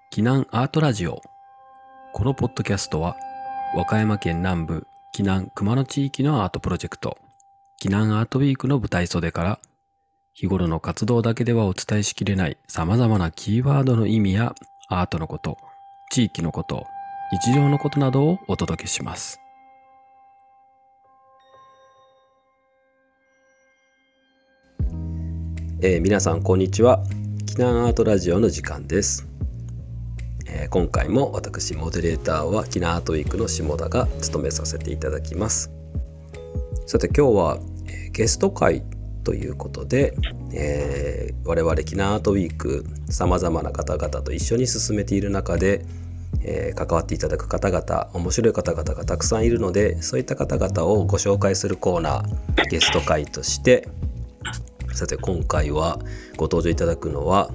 岐南アートラジオ。このポッドキャストは和歌山県南部岐南熊野地域のアートプロジェクト岐南アートウィークの舞台袖から日頃の活動だけではお伝えしきれない様々なキーワードの意味やアートのこと、地域のこと、日常のことなどをお届けします。皆さんこんにちは。岐南アートラジオの時間です。今回も私モデレーターは岐南アートウィークの下田が務めさせていただきます。さて今日は、ゲスト会ということで、我々岐南アートウィークさまざまな方々と一緒に進めている中で、関わっていただく方々、面白い方々がたくさんいるので、そういった方々をご紹介するコーナー、ゲスト会として、さて今回はご登場いただくのは、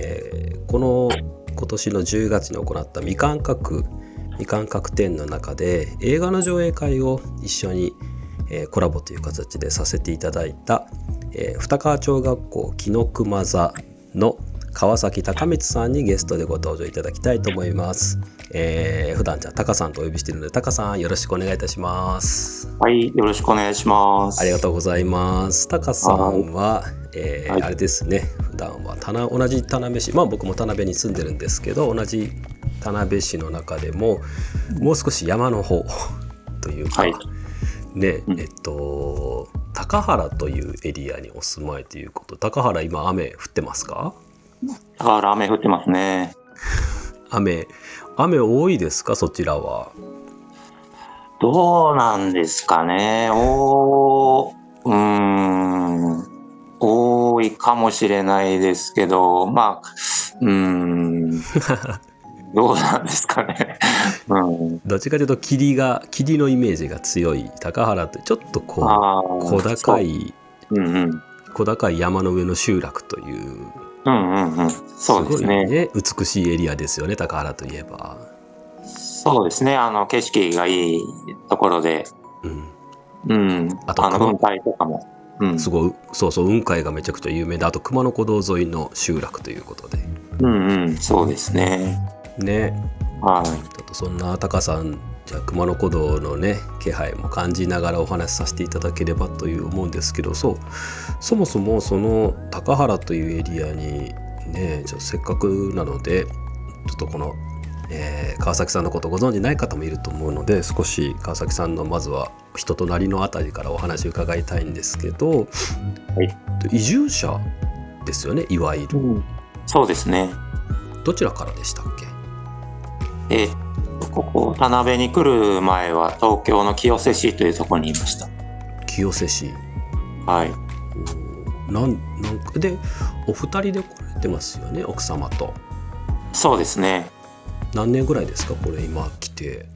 今年の10月に行ったみかん閣展の中で映画の上映会を一緒に、コラボという形でさせていただいた、二川町学校紀の熊座の川崎隆光さんにゲストでご登場いただきたいと思います。普段じゃあタカさんとお呼びしているので、タカさんよろしくお願いいたします。 はい、よろしくお願いします。 ありがとうございます。タカさんは、あれですね、普段は同じ田辺市、僕も田辺に住んでるんですけど、同じ田辺市の中でももう少し山の方というか、ね、高原というエリアにお住まいということ。高原今雨降ってますか？ 高原雨降ってますね。 雨多いですか、そちらは？ どうなんですかね。多いかもしれないですけど、どうなんですかね。 どっちかというと霧のイメージが強い高原ってちょっとこう小高い山の上の集落という、 そうですね。 すごいね、美しいエリアですよね、高原といえば。 そうですね。景色がいいところで、あと雲海とかも、 すごい、そう雲海がめちゃくちゃ有名で、あと熊野古道沿いの集落ということで、 そうですね。 ね、 はい。 ちょっとそんなタカさん、じゃあ熊野古道のね気配も感じながらお話しさせていただければという思うんですけど、そもそもその高原というエリアにね、ちょっとせっかくなのでちょっとこの、川崎さんのことご存じない方もいると思うので、少し川崎さんのまずは人となりのあたりからお話を伺いたいんですけど、移住者ですよね、いわゆる。 そうですね。 どちらからでしたっけ？ ここ田辺に来る前は東京の清瀬市というところにいました。 清瀬市。 はい。 なんかでお二人で来られてますよね、奥様と。 そうですね。 何年ぐらいですか、これ今来て。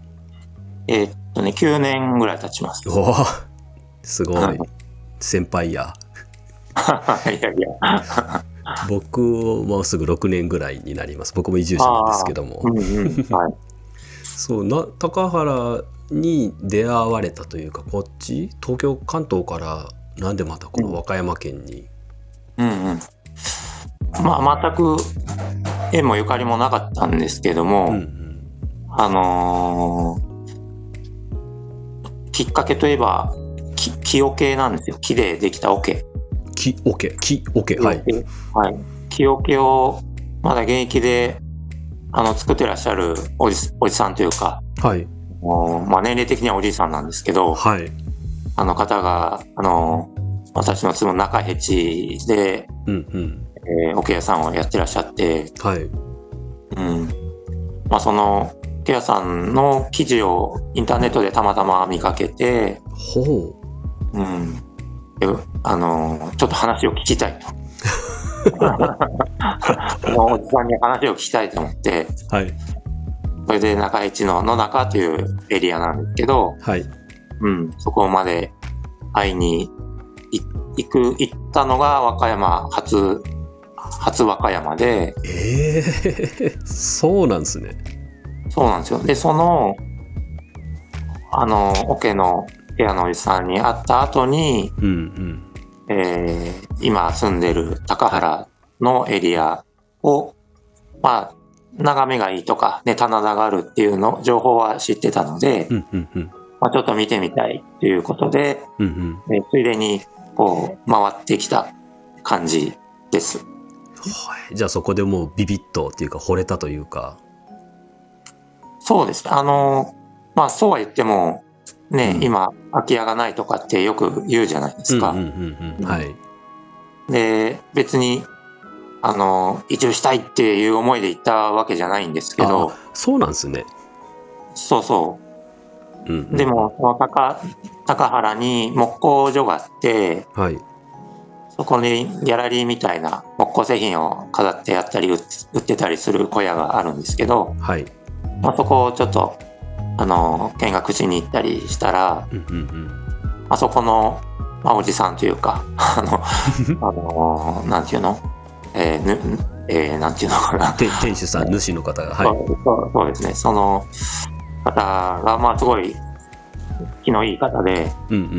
9年ぐらい経ちます。 おー、すごい先輩や。 いや僕もうすぐ6年ぐらいになります。僕も移住者なんですけども、そう高原に出会われたというか、こっち東京関東からなんでまたこの和歌山県に？全く縁もゆかりもなかったんですけども、きっかけといえば木桶なんですよ。木でできた桶。 木桶、はい。 木桶をまだ現役で作ってらっしゃるおじさんというか、年齢的にはおじいさんなんですけど、方が私の住む中辺地で、桶屋さんをやってらっしゃって、その桶屋さんの記事をインターネットでたまたま見かけて、ちょっと話を聞きたいと。おじさんに話を聞きたいと思って、それで中市の野中というエリアなんですけど、そこまで会いに行ったのが和歌山初和歌山で、 そうなんですね。 そうなんですよ。でその桶の部屋のおじさんに会った後に、今住んでる高原のエリアを、 眺めがいいとか、ね、棚田があるっていうの情報は知ってたので、まあ、ちょっと見てみたいということで、ついでにこう回ってきた感じです。 はい、じゃあそこでもうビビッとっていうか惚れたというか。 そうです。まあそうは言ってもね、今空き家がないとかってよく言うじゃないですか。で、別に移住したいっていう思いで行ったわけじゃないんですけど。 そうなんですね。 そうそう。でもその高原に木工所があって、はい、そこにギャラリーみたいな木工製品を飾ってやったり売ってたりする小屋があるんですけど、はい、まあ、そこをちょっと見学しに行ったりしたら、あそこの、まあ、おじさんというかなんていうの、なんていうのかな、 店主さん、主の方が、はい、 そうですね、その方がまあすごい気のいい方で、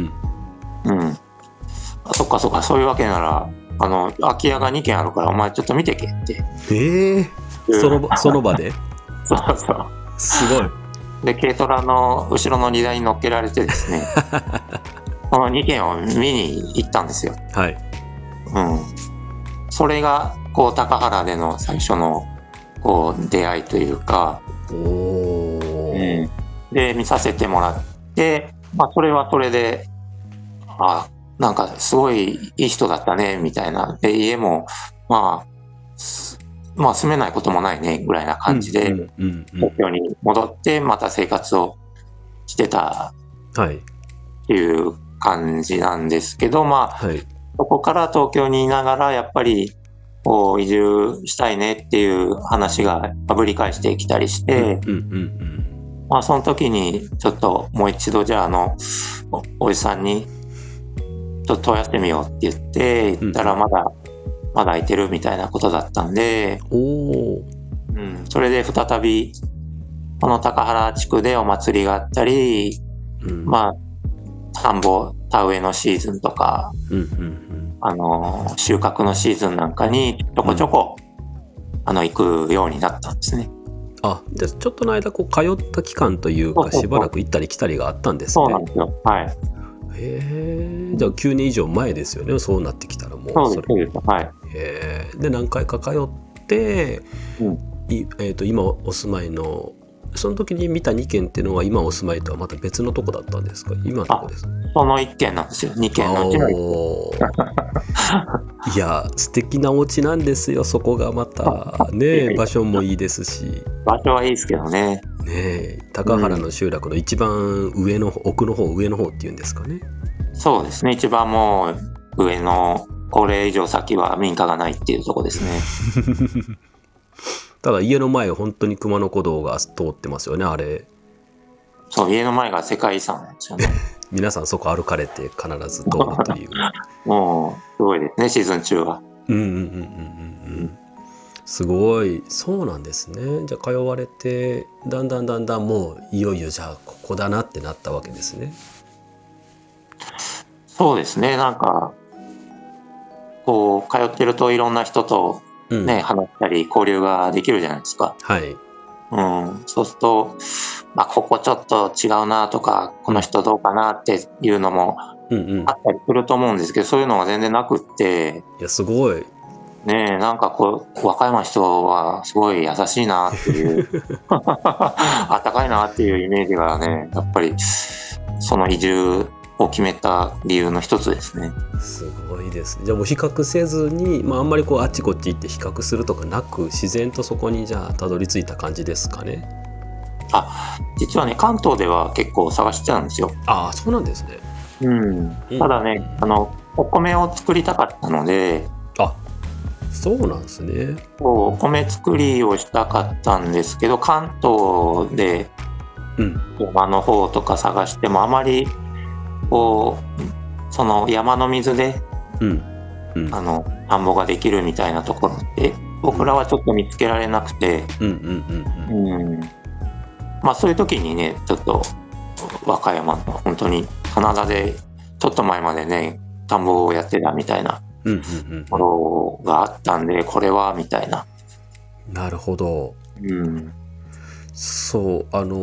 そっかそっか、そういうわけなら空き家が2軒あるからお前ちょっと見てけって。 その場でそうそう、 すごい。 で軽トラの後ろの荷台に乗っけられてですねこの2軒を見に行ったんですよ。はい。それがこう高原での最初のこう出会いというか、で見させてもらって、まあ、それはそれでなんかすごいいい人だったねみたいな、で家もまあ住めないこともないねぐらいな感じで東京に戻ってまた生活をしてたっていう感じなんですけど、まあ、そこから東京にいながらやっぱりこう移住したいねっていう話がぶり返してきたりして、まあ、その時にちょっともう一度じゃあおじさんにちょっと問い合わせてみようって言ったらまだ空いてるみたいなことだったんで、それで再びこの高原地区でお祭りがあったり、まあ田植えのシーズンとか、収穫のシーズンなんかにちょこちょこ、行くようになったんですね。 じゃあちょっとの間こう通った期間というかしばらく行ったり来たりがあったんですね。 そうなんですよ。はい。 じゃあ9年以上前ですよね、そうなってきたらもう。 そうです。はい。 で何回か通って、今お住まいのその時に見た2軒っていうのは今お住まいとはまた別のとこだったんですか？今のとこです。 その1軒なんですよ。2軒のうちの1 軒。いや素敵なお家なんですよ。そこがまたね場所もいいですし。 場所はいいですけどね。 高原の集落の一番上の奥の方、上の方っていうんですかね。 そうですね。一番もう上のこれ以上先は民家がないっていうとこですね。 ただ家の前本当に熊野古道が通ってますよね、あれ。 そう、家の前が世界遺産なんですよね。 皆さんそこ歩かれて必ず通るという。 もうすごいですね、シーズン中は。 すごい。そうなんですね。じゃあ通われてだんだんもういよいよじゃあここだなってなったわけですね。 そうですね。なんかこう通ってるといろんな人と話したり交流ができるじゃないですか。はい。そうすると、まあ、ここちょっと違うなとか、この人どうかなっていうのもあったりすると思うんですけど、そういうのが全然なくって。 いやすごい。 なんかこう和歌山の人はすごい優しいなっていうあったかいなっていうイメージがね、やっぱりその移住を決めた理由の一つですね。 すごいですね。じゃあもう比較せずに、あんまりこうあっちこっち行って比較するとかなく自然とそこにじゃあたどり着いた感じですかね。 実はね関東では結構探してたんですよ。 そうなんですね。 ただねお米を作りたかったので。 そうなんですね。 お米作りをしたかったんですけど関東で山の方とか探してもあまりこうその山の水で、田んぼができるみたいなところって僕らはちょっと見つけられなくて、まあそういう時にねちょっと和歌山の本当に棚田でちょっと前までね田んぼをやってたみたいなところがあったんで、これはみたいな。 なるほど。 うん、 そう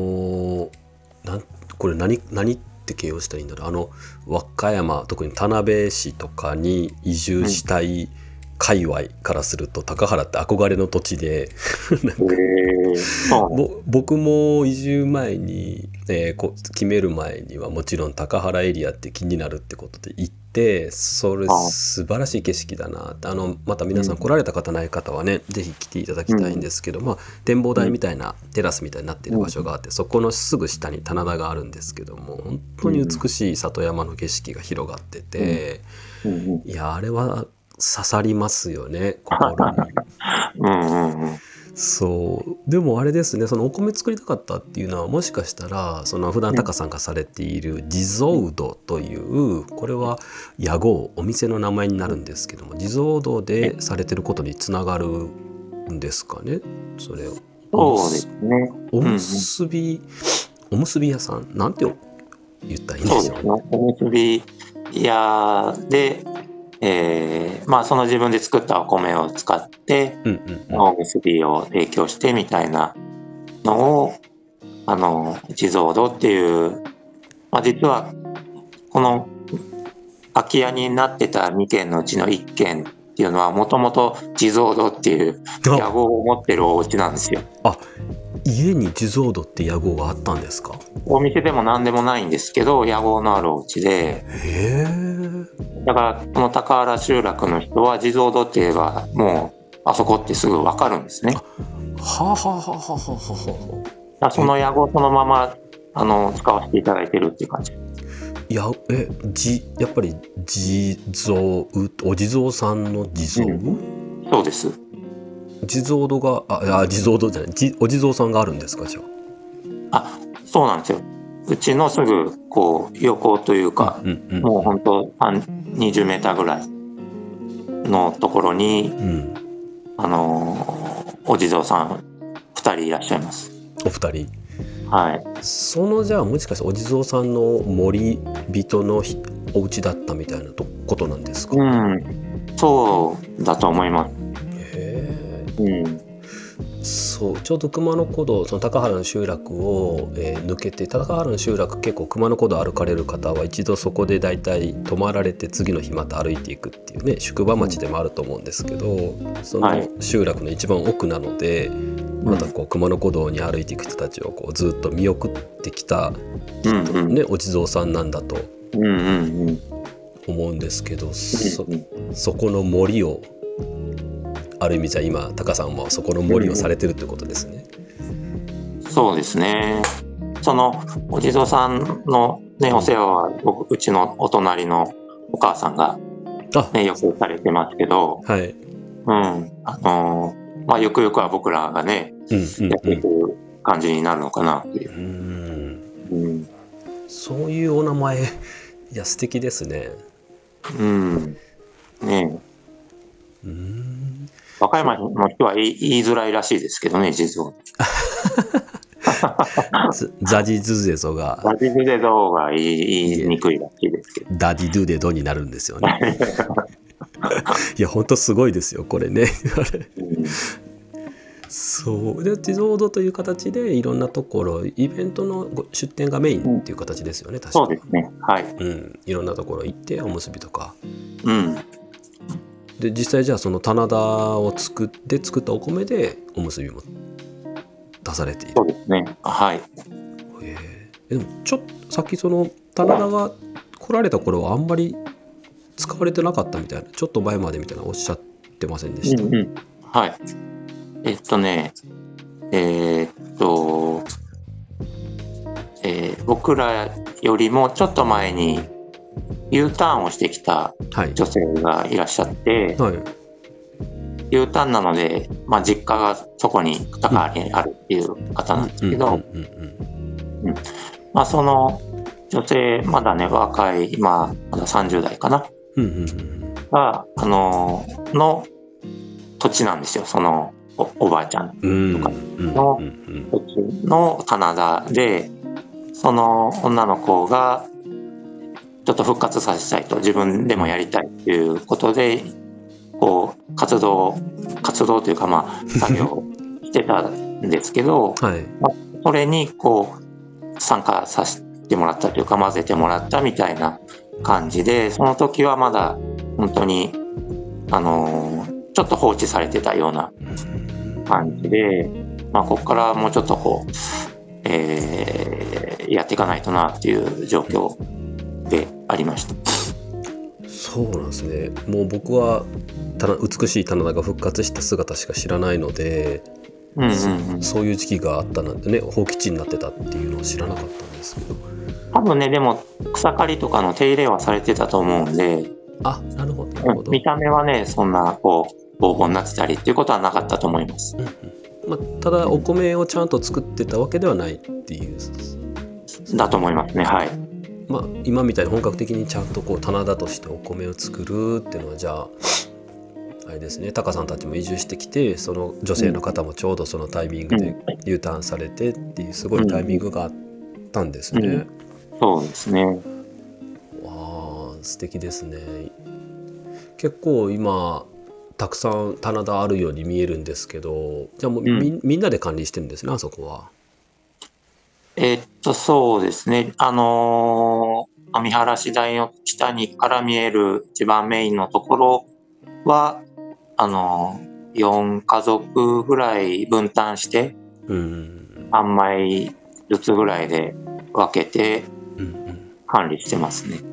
これ何って形容したらいいんだろう。和歌山、特に田辺市とかに移住したい界隈からすると、高原って憧れの土地で僕も移住前に、決める前にはもちろん高原エリアって気になるってことで行って、それ素晴らしい景色だなって。また皆さん来られた方ない方はね、ぜひ来ていただきたいんですけど、展望台みたいなテラスみたいになっている場所があって、そこのすぐ下に棚田があるんですけども、本当に美しい里山の景色が広がってて、いやあれは刺さりますよね、心に。そうでもあれですね、そのお米作りたかったっていうのは、もしかしたらその普段タカさんがされている地蔵土という、これは屋号、お店の名前になるんですけども、地蔵土でされてることにつながるんですかね。それをそうですね。 おむすび屋さんなんて言ったらいいんでしょうね。 おむすび屋でその自分で作ったお米を使って、おむすびを提供してみたいなのを地蔵土っていう、実はこの空き家になってた2軒のうちの1軒っていうのは、もともと地蔵土っていう屋号を持ってるお家なんですよ。 あ、家に地蔵土って屋号があったんですか？ お店でも何でもないんですけど、屋号のあるお家で。だからこの高原集落の人は地蔵土って言えば、もうあそこってすぐ分かるんですね。その屋号そのまま使わせていただいてるっていう感じ。 やっぱりお地蔵さんの地蔵、 そうです。 地蔵土が地蔵土じゃない、お地蔵さんがあるんですか？じゃあ、そうなんですよ。うちのすぐこう横というか、もう本当20メーターぐらいのところに、お地蔵さん2人いらっしゃいます。 お二人。 はい。 じゃあもしかしてお地蔵さんの森人のお家だったみたいなことなんですか？ そうだと思います。 そうちょうど熊野古道、その高原の集落を、抜けて、高原の集落結構熊野古道歩かれる方は一度そこでだいたい泊まられて、次の日また歩いていくっていうね、宿場町でもあると思うんですけど、その集落の一番奥なので、またこう熊野古道に歩いていく人たちをこうずっと見送ってきた、お地蔵さんなんだと思うんですけど、そこの森をある意味じゃ今タカさんもそこの森をされてるってことですね。 そうですね。そのお地蔵さんの、お世話はうちのお隣のお母さんが、よくされてますけど、よくよくは僕らがね、やっていく感じになるのかなっていう。 そういうお名前、いや素敵ですね。 和歌山の人は言いづらいらしいですけどね、地蔵。 ザジズゼゾが言いにくいらしいですけど、 ダディドゥデドになるんですよね。いや本当すごいですよこれね。そうで地蔵土という形でいろんなところイベントの出店がメインっていう形ですよね。確かそうですね。はい。 いろんなところ行っておむすびとか。で実際じゃあその棚田を作ったお米でおむすびも出されている。 そうですね。はい。 でもちょっとさっきその棚田が来られた頃はあんまり使われてなかったみたいな、ちょっと前までみたいなおっしゃってませんでした？ はい。僕らよりもちょっと前にU ターンをしてきた女性がいらっしゃって、U ターンなので、実家がそこに高原にあるっていう方なんですけど、その女性まだね若い、まだ30代かな、がの土地なんですよ。その おばあちゃんとかの土地の棚田で、その女の子がちょっと復活させたいと、自分でもやりたいということでこう活動というか作業をしてたんんですけど、 はい、 それにこう参加させてもらったというか混ぜてもらったみたいな感じで、その時はまだ本当にちょっと放置されてたような感じで、ここからもうちょっとこう、やっていかないとなっていう状況でありました。 そうなんですね。もう僕は美しい棚田が復活した姿しか知らないので、そういう時期があったなんてね、放棄地になってたっていうのを知らなかったんですけど。 多分ね、でも草刈りとかの手入れはされてたと思うんで、 なるほどなるほど。 見た目はねそんなこうボーボーになってたりっていうことはなかったと思います。 ただお米をちゃんと作ってたわけではないっていう。 だと思いますね。はい。 今みたいに本格的にちゃんとこう棚田としてお米を作るっていうのは、じゃああれですね、タカさんたちも移住してきて、その女性の方もちょうどそのタイミングで U ターンされてっていうすごいタイミングがあったんですね。 そうですね。 わあ、素敵ですね。結構今たくさん棚田あるように見えるんですけど、じゃあもうみんなで管理してるんですね、あそこは。 そうですね。見晴らし台の下にから見える一番メインのところは、4家族ぐらい分担して、3枚ずつぐらいで分けて管理してますね。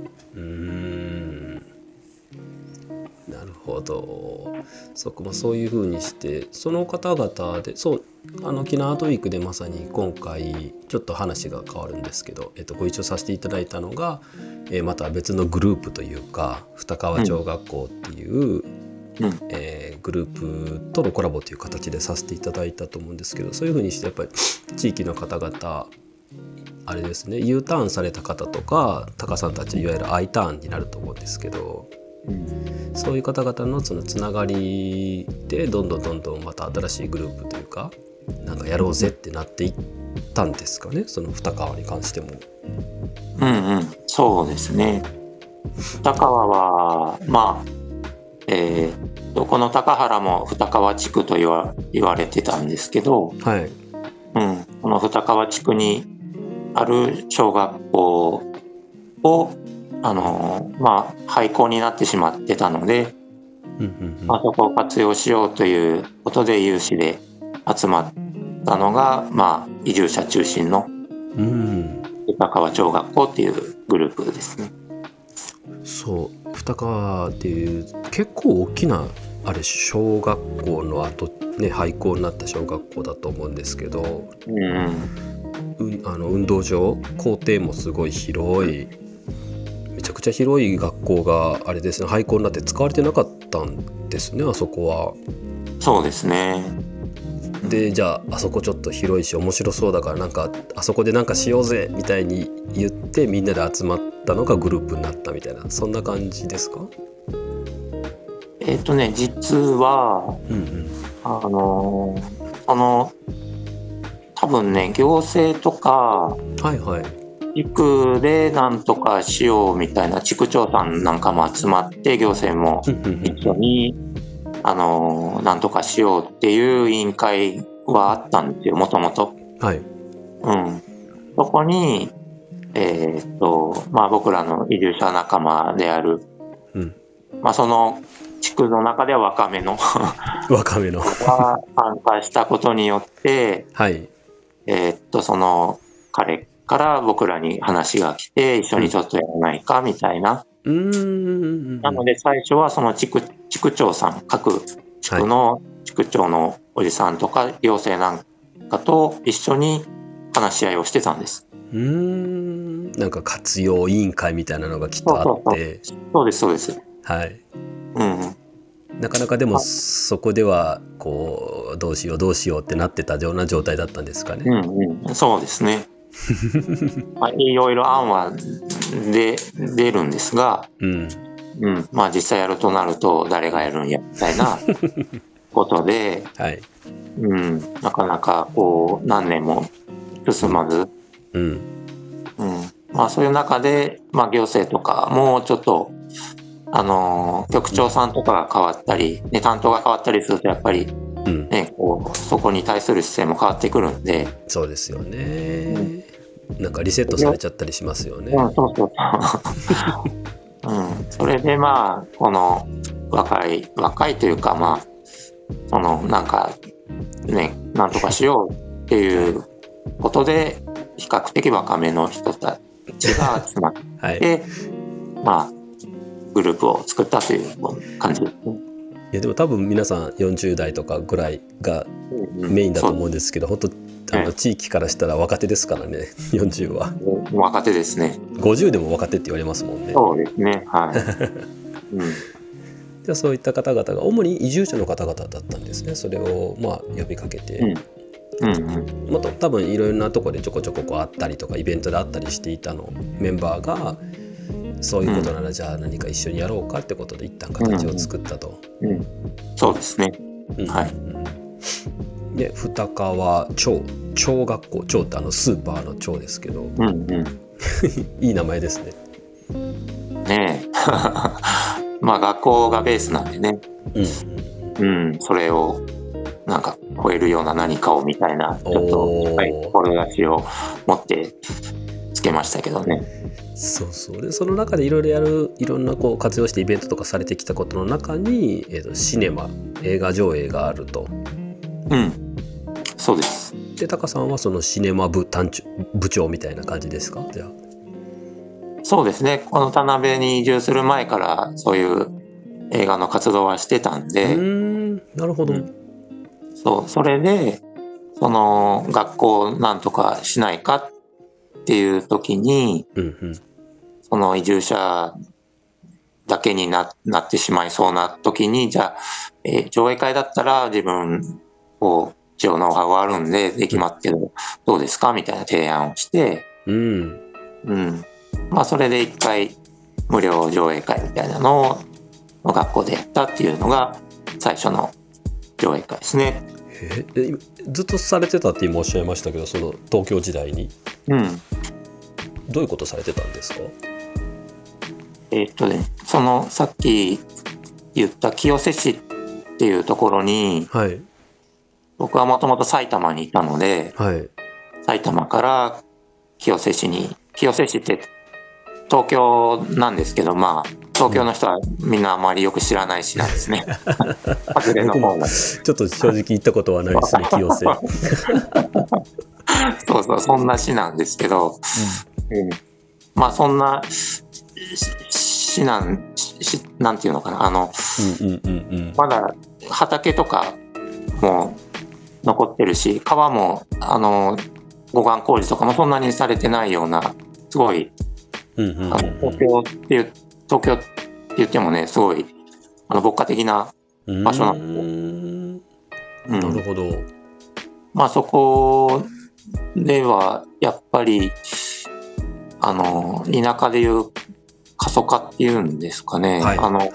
なるほど。そういう風にして、その方々で、キナアートウィークでまさに今回ちょっと話が変わるんですけど、ご一緒させていただいたのが、また別のグループというか二川町学校っていう、グループとのコラボという形でさせていただいたと思うんですけど、そういう風にしてやっぱり地域の方々、あれですね、U ターンされた方とかタカさんたちいわゆる I ターンになると思うんですけど、そういう方々のそのつながりでどんどんまた新しいグループというか、なんかやろうぜってなっていったんですかね、その二川に関しても。 そうですね。二川はこの高原も二川地区と言われてたんですけど、 はい、 この二川地区にある小学校を廃校になってしまってたので、そこを活用しようということで有志で集まったのが、移住者中心の二川町学校っていうグループですね。 そう二川っていう結構大きなあれ小学校の後ね、廃校になった小学校だと思うんですけど、運動場校庭もすごい広い、めちゃくちゃ広い学校があれですね、廃校になって使われてなかったんですね、あそこは。 そうですね。 でじゃああそこちょっと広いし面白そうだから、なんかあそこでなんかしようぜみたいに言ってみんなで集まったのがグループになったみたいな、そんな感じですか？ 実は、多分ね、行政とか地区でなんとかしようみたいな、地区長さんなんかも集まって行政も一緒になんとかしようっていう委員会はあったんですよ、もともと。そこに僕らの移住者仲間である、その地区の中では若めのが参加したことによって、その彼から僕らに話が来て、一緒にちょっとやらないかみたいな。なので最初はその地区長さん、各地区の地区長のおじさんとか行政なんかと一緒に話し合いをしてたんです。 なんか活用委員会みたいなのがきっとあって。 そうですそうです。 はい。なかなかでもそこではこうどうしようってなってたような状態だったんですかね。 そうですね。いろいろ案は出るんですが、実際やるとなると誰がやるんやみたいなことで、なかなかこう何年も進まず、そういう中で、行政とかもちょっと局長さんとかが変わったり、担当が変わったりするとやっぱりね、こうそこに対する姿勢も変わってくるんで。 そうですよね、なんかリセットされちゃったりしますよね。 そうそうそうそれでまあこの若いというか、まあそのなんかね、なんとかしようっていうことで比較的若めの人たちが集まって、はい、まあグループを作ったという感じですね。 いやでも多分皆さん40代とかぐらいがメインだと思うんですけど、本当地域からしたら若手ですからね、40は。 若手ですね。 50でも若手って言われますもんね。 そうですね、はい。 じゃあそういった方々が主に移住者の方々だったんですね。それをまあ呼びかけて、もっと多分いろいろなところでちょこちょここうあったりとかイベントであったりしていたのメンバーがそういうことならじゃあ何か一緒にやろうかってことで一旦形を作ったと。 そうですね、はい。 で二川町学校、町ってスーパーの町ですけど、いい名前ですね。 ねえまあ学校がベースなんでね、それをなんか超えるような何かをみたいなちょっと深い志を持ってつけましたけどね。 そうそう。でその中でいろいろやる、いろんなこう活用してイベントとかされてきたことの中に、シネマ、映画上映があると。 そうです。 でタカさんはそのシネマ部長みたいな感じですか？じゃあ。 そうですね、この田辺に移住する前からそういう映画の活動はしてたんで。 なるほど。 それでその学校なんとかしないかっていう時に、その移住者だけに なってしまいそうな時に、じゃあ、上映会だったら自分こう一応ノウハウがあるんでできますけど、どうですかみたいな提案をして、まあそれで一回無料上映会みたいなのを学校でやったっていうのが最初の上映会ですね。 ずっとされてたって今おっしゃいましたけど、その東京時代に、どういうことされてたんですか？ そのさっき言った清瀬市っていうところに、僕はもともと埼玉にいたので、埼玉から清瀬市って東京なんですけど、まあ東京の人はみんなあまりよく知らない市なんですね。 僕もちょっと正直行ったことはないですね、清瀬。 そんな市なんですけど、まあそんな市なんていうのかな、まだ畑とかも残ってるし、川も護岸工事とかもそんなにされてないような、すごい東京って言ってもね、すごい牧歌的な場所なんですよ。 なるほど。 まあそこではやっぱり田舎でいう過疎化っていうんですかね、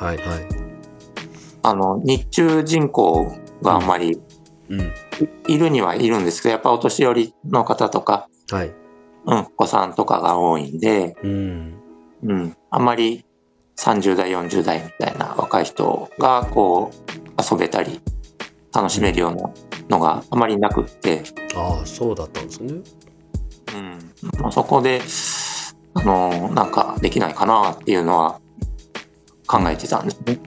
日中人口があんまりいるにはいるんですけど、やっぱお年寄りの方とか、お子さんとかが多いんで、あんまり30代40代みたいな若い人がこう遊べたり楽しめるようなのがあまりなくって、 そうだったんですね。 そこでなんかできないかなっていうのは考えてたんですね。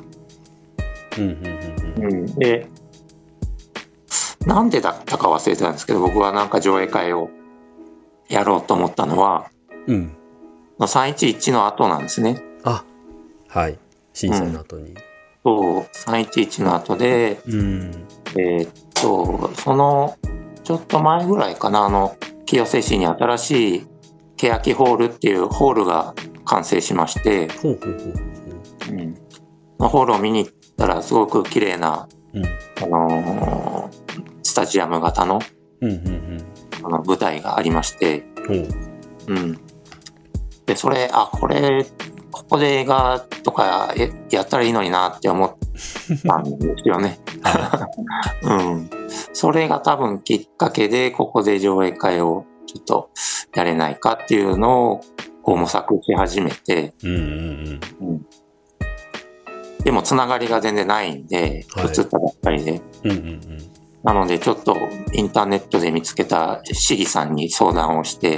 でなんでだったか忘れてたんですけど、僕はなんか上映会をやろうと思ったのは、311の後なんですね。 震災の後に。 311の後で、そのちょっと前ぐらいかな、清瀬市に新しい欅ホールっていうホールが完成しまして、ホールを見に行ったらすごく綺麗な、スタジアム型の、舞台がありまして、でそれここで映画とかやったらいいのになって思ったんですよね。それが多分きっかけでここで上映会をちょっとやれないかっていうのをこう模索し始めて、 でもつながりが全然ないんで、映ったばっかりで、なのでちょっとインターネットで見つけた市議さんに相談をして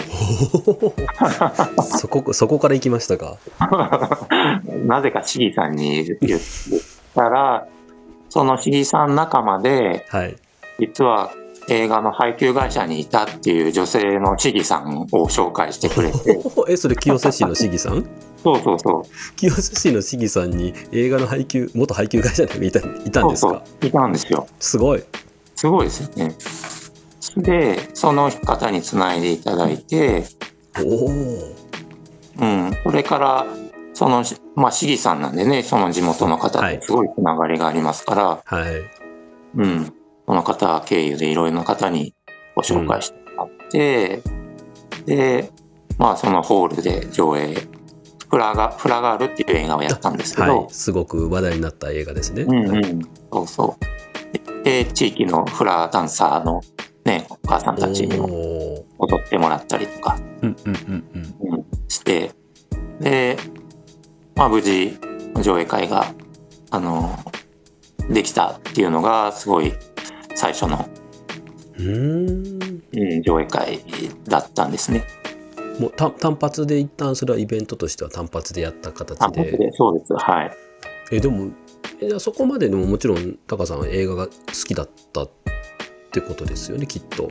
そこから行きましたか。 なぜか市議さんに言ったら、その市議さん仲間で、実は映画の配給会社にいたっていう女性の市議さんを紹介してくれてそれ清瀬市の市議さん？ そう清瀬市の市議さんに映画の元配給会社にいたんですか？ いたんですよ。 すごいですよね。でその方につないでいただいて、それからその、市議さんなんでね、その地元の方とすごいつながりがありますから、その方経由でいろいろな方にご紹介してもらって、でそのホールで上映、フラガールっていう映画をやったんですけど、 すごく話題になった映画ですね。 で地域のフラダンサーの、お母さんたちにも踊ってもらったりとかして、で、無事上映会ができたっていうのがすごい最初の上映会だったんですね。 もう単発で一旦それはイベントとしては単発でやった形で。 そうです。 でもそこまででももちろんタカさんは映画が好きだったってことですよね、きっと。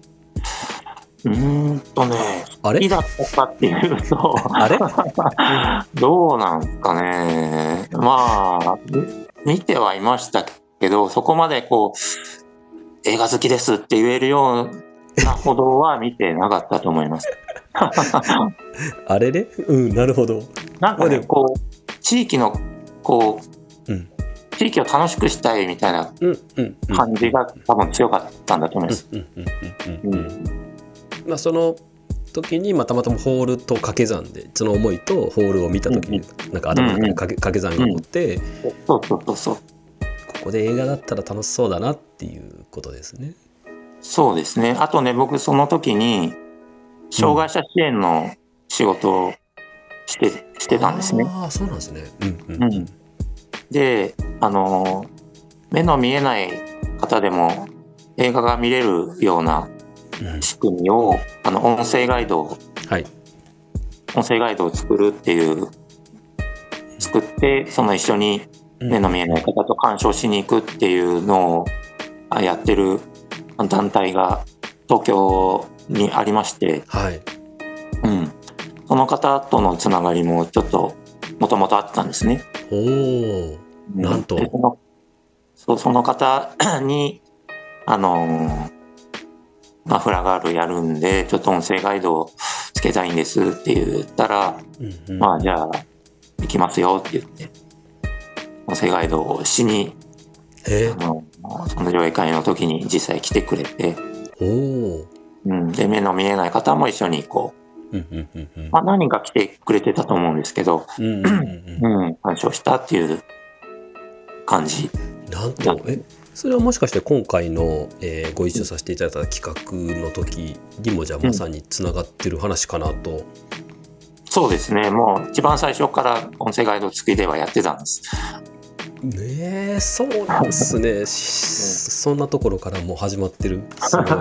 好きだったかっていうとあれどうなんですかね。見てはいましたけど、そこまで映画好きですって言えるようなほどは見てなかったと思いますあれね、なるほど。 なんかね、地域の地域を楽しくしたいみたいな感じが多分強かったんだと思います。その時にたまたまホールと掛け算で、その思いとホールを見た時になんか頭の中に掛け算が起こって、ここで映画だったら楽しそうだなっていうことですね。 そうですね。あとね、僕その時に障害者支援の仕事をしてたんですね。 そうなんですね。 で、目の見えない方でも映画が見れるような仕組みを、音声ガイドを作るっていう作って、その一緒に目の見えない方と鑑賞しに行くっていうのをやってる団体が東京にありまして、その方とのつながりもちょっともともとあったんですね。 なんとその方にフラガールやるんでちょっと音声ガイドをつけたいんですって言ったら、じゃあ行きますよって言って音声ガイドをしに、その上映会の時に実際来てくれて、で目の見えない方も一緒に何人か来てくれてたと思うんですけど、鑑賞したっていう感じ。 なんとそれはもしかして今回の、ご一緒させていただいた企画の時にもじゃあまさにつながってる話かなと。 そうですね。もう一番最初から音声ガイド付きではやってたんです。 そうなんですね。そんなところからもう始まってる。すごい。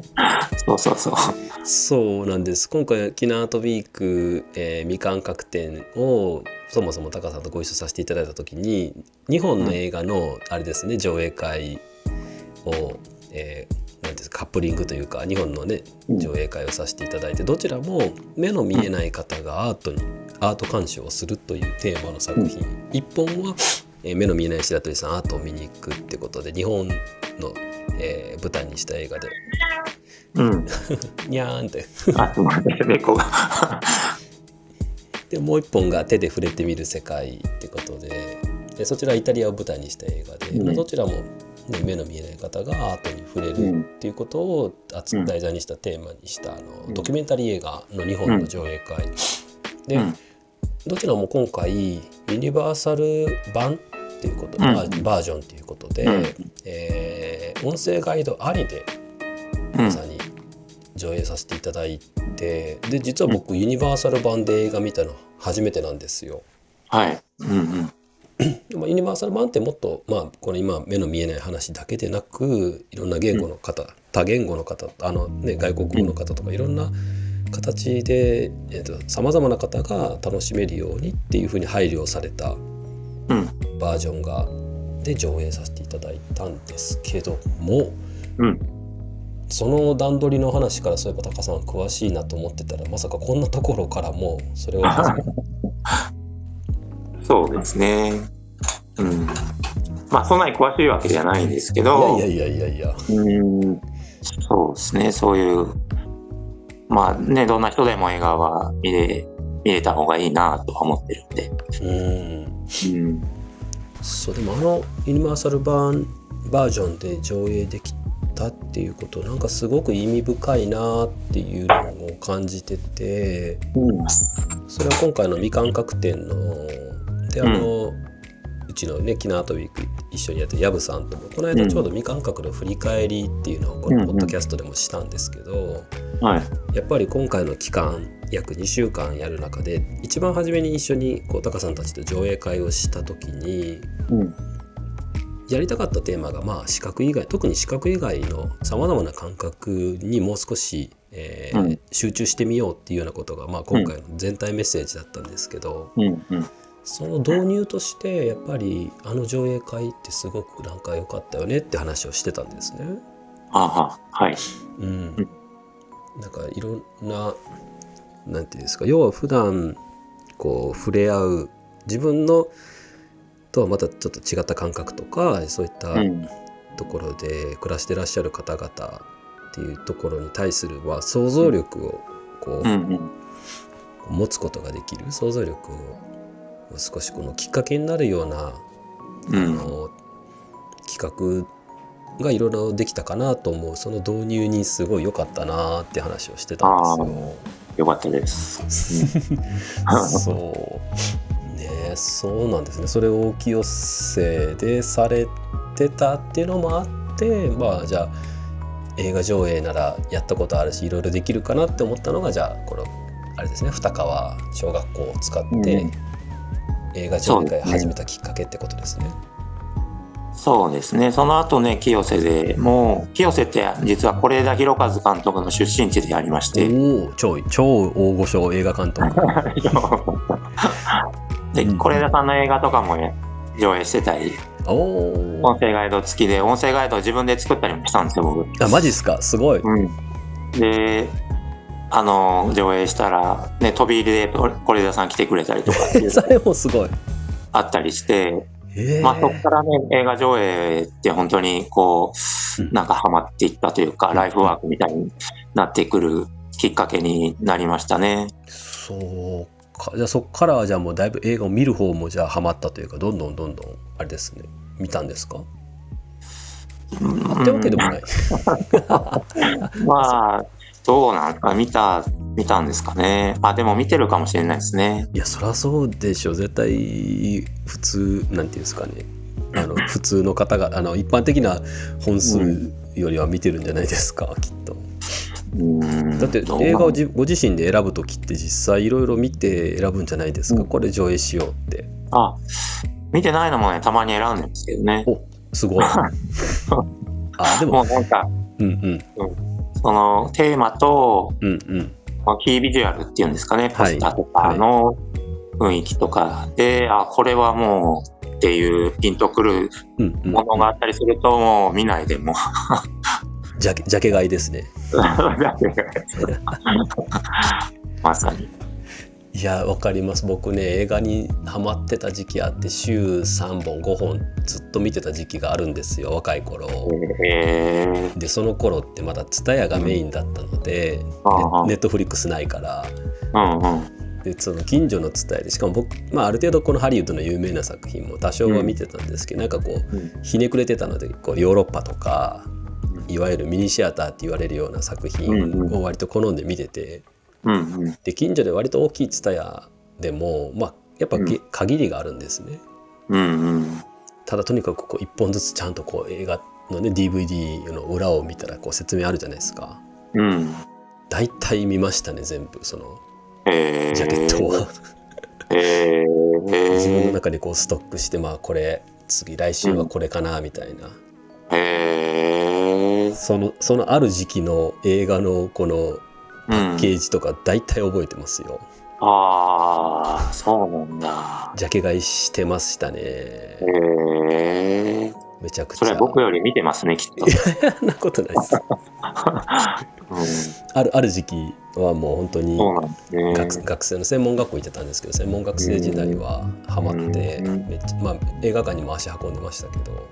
そうなんです。今回キナアートウィーク、未完閣展をそもそもタカさんとご一緒させていただいた時に2本の映画のあれですね、上映会を、なんていうんですか、カップリングというか2本のね上映会をさせていただいて、どちらも目の見えない方がアート鑑賞をするというテーマの作品、1本は目の見えない白鳥さんアートを見に行くってことで日本の、舞台にした映画で、にゃーんって猫がでもう一本が手で触れてみる世界ってことで、そちらはイタリアを舞台にした映画で、どちらも、目の見えない方がアートに触れるっていうことを題材にしたテーマにしたドキュメンタリー映画の2本の上映会で、どちらも今回ユニバーサル版っていうこと、バージョンということで、音声ガイドありでまさに上映させていただいて、で実は僕ユニバーサル版で映画見たの初めてなんですよ。 ユニバーサル版ってもっと、これ今目の見えない話だけでなく、いろんな言語の方、多言語の方、外国語の方とかいろんな形でさまざまな方が楽しめるようにっていうふうに配慮されたバージョンで上映させていただいたんですけども、その段取りの話からそういえばタカさん詳しいなと思ってたら、まさかこんなところからもそれを始めるそうですね。そんなに詳しいわけじゃないんですけど、 いやそうですね。そういうどんな人でも映画は見れた方がいいなとは思ってるんで。 そう、でもユニバーサル版バージョンで上映できたっていうこと、なんかすごく意味深いなっていうのを感じてて、それは今回の未感覚展のでうちのねキナートウィーク一緒にやってるヤブさんともこの間ちょうど未感覚の振り返りっていうのをこのポッドキャストでもしたんですけど、やっぱり今回の期間約2週間やる中で一番初めに一緒にタカさんたちと上映会をした時に、やりたかったテーマが視覚以外、特に視覚以外のさまざまな感覚にもう少し、集中してみようっていうようなことが、今回の全体メッセージだったんですけど、その導入としてやっぱり上映会ってすごくなんか良かったよねって話をしてたんですね。なんかいろんななんていうんですか、要は普段触れ合う自分のとはまたちょっと違った感覚とか、そういったところで暮らしてらっしゃる方々っていうところに対する想像力を持つことができる、想像力を少しきっかけになるような企画がいろいろできたかなと思う。その導入にすごい良かったなって話をしてたんですよ。 良かったです。 そうね、そうなんですね。それをお清瀬でされてたっていうのもあって、じゃあ映画上映ならやったことあるしいろいろできるかなって思ったのが、じゃあこれあれですね、二川小学校を使って映画上映会始めたきっかけってことですね。 そうですね。その後ね、清瀬でもう清瀬って実は是枝裕和監督の出身地でありまして、 超大御所映画監督で是枝さんの映画とかも上映してたり、音声ガイド付きで音声ガイドを自分で作ったりもしたんですよ、僕。 マジっすか、すごい。 で上映したら、飛び入りで是枝さん来てくれたりとかそれもすごいあったりして、そこからね映画上映って本当になんかハマっていったというか、ライフワークみたいになってくるきっかけになりましたね。 そうか。じゃあそこからはじゃあもうだいぶ映画を見る方もじゃあハマったというか、どんどんあれですね、見たんですか？ってわけでもないどうなんですか、見たんですかね。でも見てるかもしれないですね。 いや、そりゃそうでしょ。絶対普通なんていうんですかね、普通の方が一般的な本数よりは見てるんじゃないですか、きっと。だって映画をご自身で選ぶときって実際いろいろ見て選ぶんじゃないですか、これ上映しようって。 見てないのもね、たまに選んでるんですけどね。 すごいでももうなんかそのテーマと、キービジュアルっていうんですかね、ポスターとかの雰囲気とかで、これはもうっていうピンとくるものがあったりすると、もう見ないでもジャケ買いですねまさに。 いや、わかります。僕ね、映画にハマってた時期あって、週3本5本ずっと見てた時期があるんですよ、若い頃。でその頃ってまだTSUTAYAがメインだったので、ネットフリックスないから、でその近所のTSUTAYAで、しかも僕、ある程度このハリウッドの有名な作品も多少は見てたんですけど、なんかひねくれてたので、ヨーロッパとかいわゆるミニシアターって言われるような作品を割と好んで見てて、で近所で割と大きいTSUTAYAでも、やっぱ限りがあるんですね。ただとにかく1本ずつちゃんと映画のね DVD の裏を見たら説明あるじゃないですか。だいたい見ましたね、全部そのジャケットは。 自分の中でこうストックして、まあこれ次来週はこれかなみたいな、そのある時期の映画のこのパッケージとか大体覚えてますよ。 ああ、そうなんだ。 ジャケ買いしてましたね。めちゃくちゃ。 それは僕より見てますね、きっと。 いや、そんなことないです。ある時期はもう本当に学生の専門学校行ってたんですけど、専門学生時代はハマってめっちゃ、まあ、映画館にも足運んでましたけど、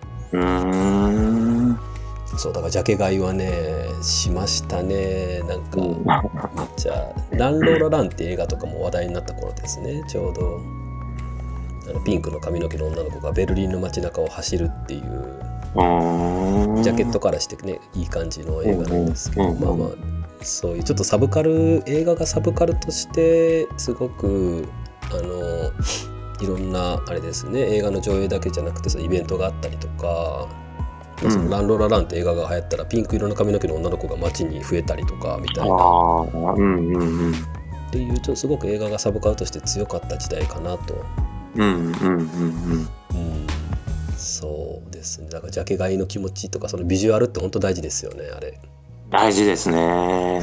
そうだからジャケ買いはねしましたね。なんかめっちゃランローラランって映画とかも話題になった頃ですね。ちょうどピンクの髪の毛の女の子がベルリンの街中を走るっていうジャケットからしてねいい感じの映画なんですけど、まあまあそういうちょっと映画がサブカルとしてすごくいろんなあれですね、映画の上映だけじゃなくてそのイベントがあったりとか、そのランローラランって映画が流行ったらピンク色の髪の毛の女の子が街に増えたりとかみたいな、っていうとすごく映画がサブカルとして強かった時代かなと。そうですね。だからジャケ買いの気持ちとかそのビジュアルって本当大事ですよね。あれ大事ですね。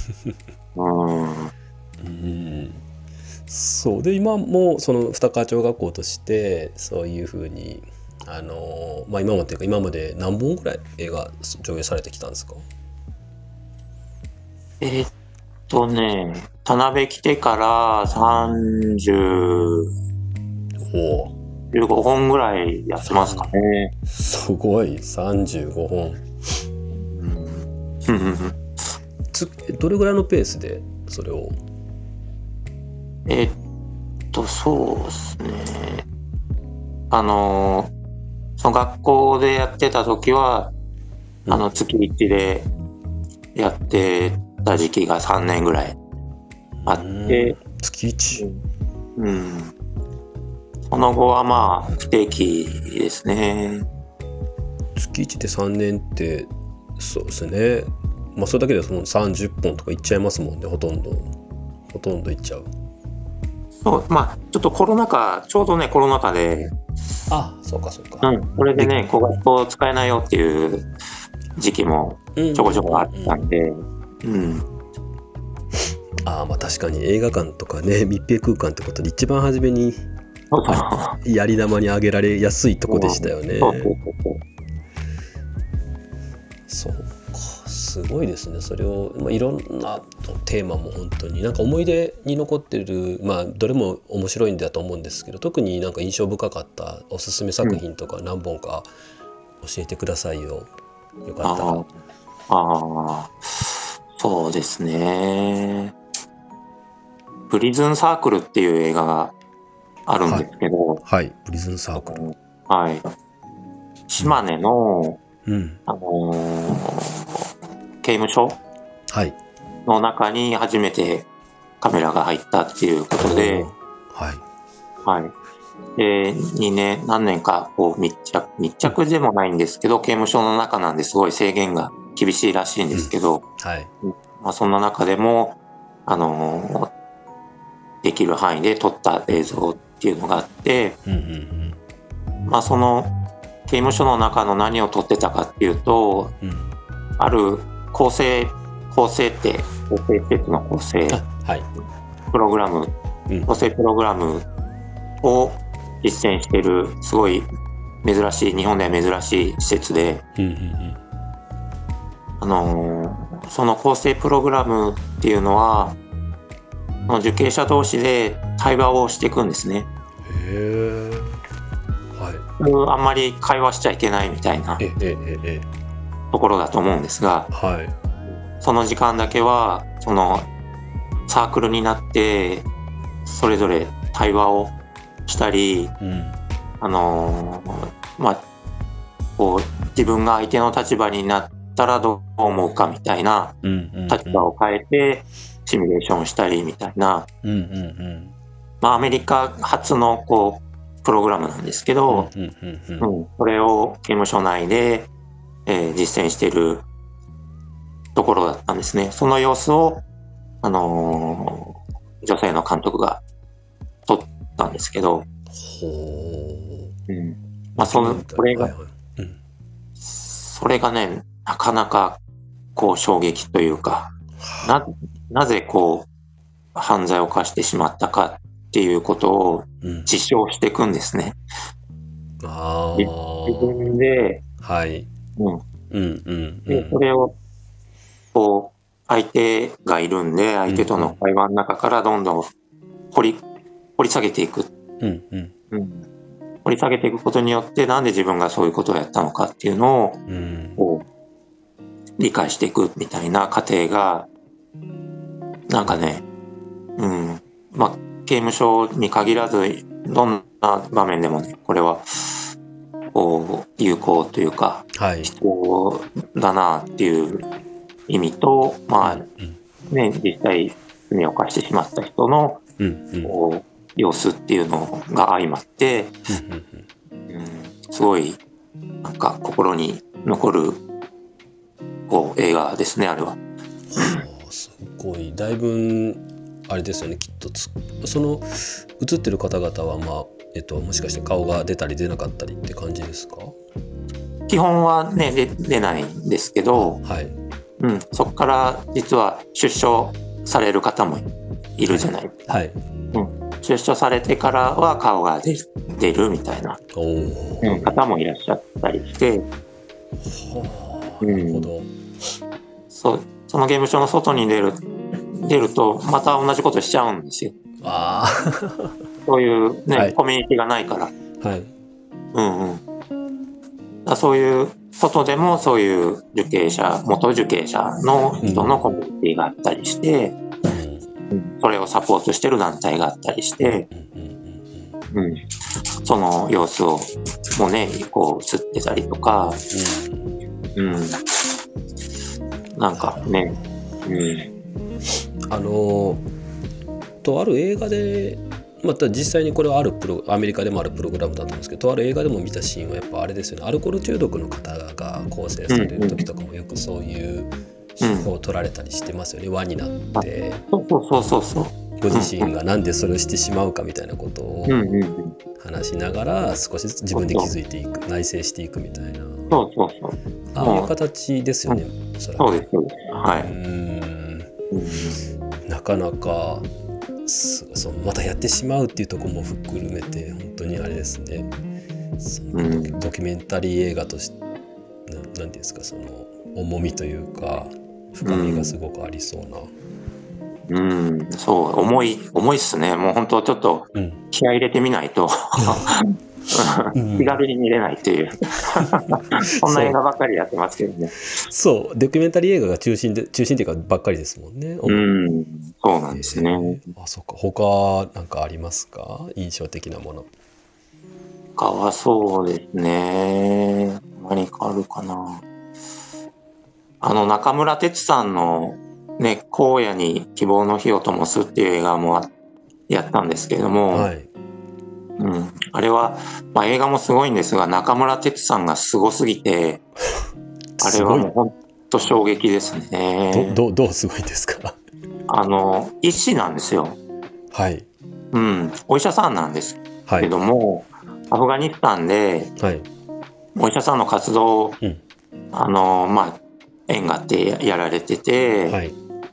そうで今もその二川町学校としてそういうふうにまあ今まで何本ぐらい映画上映されてきたんですか？ 田辺来てから35本ぐらいやってますかね。 すごい、35本。どれぐらいのペースでそれを？ そうですね。その学校でやってた時は月1でやってた時期が3年ぐらいあって、 月 1？ その後はまあ不定期ですね。 月1で3年ってそうですね。まあそれだけでその30本とかいっちゃいますもんね。ほとんどいっちゃう。 そう、まあちょっとちょうどねコロナ禍で、 そうか、それでね学校使えないよっていう時期もちょこちょこあったんで、 まあ確かに映画館とかね密閉空間ってことで一番初めにやり玉にあげられやすいとこでしたよね。そうか、すごいですね。それを、いろんなテーマも本当になんか思い出に残ってる、どれも面白いんだと思うんですけど、特になんか印象深かったおすすめ作品とか何本か教えてくださいよ。よかったら。 そうですね。プリズンサークルっていう映画があるんですけど、 プリズンサークル、 島根の、刑務所の中に初めてカメラが入ったっていうことで、で何年かこう密着でもないんですけど、刑務所の中なんですごい制限が厳しいらしいんですけど、そんな中でもできる範囲で撮った映像っていうのがあって、その刑務所の中の何を撮ってたかっていうと、ある構成施設の構成プログラム、構成プログラムを実践しているすごい珍しい、日本では珍しい施設で、その構成プログラムっていうのは受刑者同士で対話をしていくんですね。あんまり会話しちゃいけないみたいなところだと思うんですが、その時間だけはそのサークルになってそれぞれ対話をしたり、こう自分が相手の立場になったらどう思うかみたいな立場を変えてシミュレーションしたりみたいな、アメリカ初のこうプログラムなんですけど、それを刑務所内で、実践しているところだったんですね。その様子を、女性の監督が撮ったんですけど、 それが、それがね、なかなかこう衝撃というか、なぜこう犯罪を犯してしまったかっていうことを自証していくんですね。自分で、でそれをこう相手がいるんで、相手との会話の中からどんどん掘り下げていく。掘り下げていくことによって、なんで自分がそういうことをやったのかっていうのをこう理解していくみたいな過程が、なんかね、刑務所に限らずどんな場面でもね、これはこう有効というか、必要だなっていう意味と、実際罪を犯してしまった人のこう様子っていうのが相まって、すごいなんか心に残るこう映画ですね、あれは。 すごい、だいぶあれですよね、きっとその映ってる方々は、もしかして顔が出たり出なかったりって感じですか？ 基本はね、出ないんですけど、そこから実は出所される方もいるじゃないですか。出所されてからは顔が出るみたいな方もいらっしゃったりして、 なるほど。 その刑務所の外に出るとまた同じことしちゃうんですよ。そういうね、コミュニティがないから。そういう外でもそういう元受刑者の人のコミュニティがあったりして、それをサポートしてる団体があったりして、その様子をもね、こう映ってたりとか、なんかね、 とある映画で、また実際にこれはアメリカでもあるプログラムだと思うんですけど、とある映画でも見たシーンはやっぱあれですよね、アルコール中毒の方が構成される時とかもよくそういう手法を取られたりしてますよね。輪になってご自身がなんでそれをしてしまうかみたいなことを話しながら少しずつ自分で気づいていく、内省していくみたいな、ああいう形ですよね。 そうです。 なかなかまたやってしまうっていうところも含めて本当にあれですね、ドキュメンタリー映画として何ていうんですか、その重みというか深みがすごくありそうな。 そう重いっすね。もう本当ちょっと気合い入れてみないと気軽に見れないっていうそんな映画ばっかりやってますけどね。 そう、ドキュメンタリー映画が中心っていうかばっかりですもんね。 そうなんですね。 そっか。他なんかありますか？印象的なもの。 他はそうですね。何かあるかな。中村哲さんのね、荒野に希望の火を灯すっていう映画もやったんですけれども、あれは、映画もすごいんですが、中村哲さんがすごすぎて、あれはもう本当衝撃ですね。 どうすごいですか？ 医師なんですよ。お医者さんなんですけども、アフガニスタンでお医者さんの活動を、縁があってやられてて、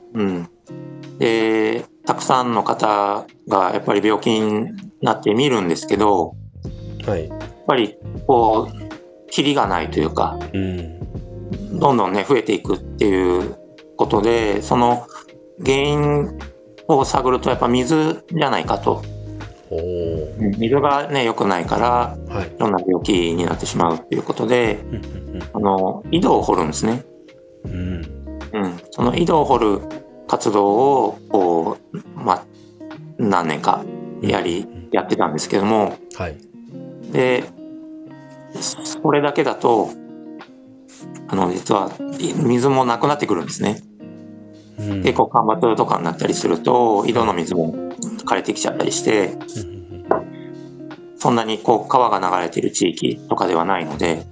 でたくさんの方がやっぱり病気になって見るんですけど、やっぱりこうキリがないというか、どんどんね増えていくっていうことで、その原因を探るとやっぱ水じゃないかと。水がね良くないからいろんな病気になってしまうっていうことで、井戸を掘るんですね。その井戸を掘る活動をこう、何年かやってたんですけども、でそれだけだと実は水もなくなってくるんですね。結構干ばつとかになったりすると井戸の水も枯れてきちゃったりして、そんなにこう川が流れている地域とかではないので、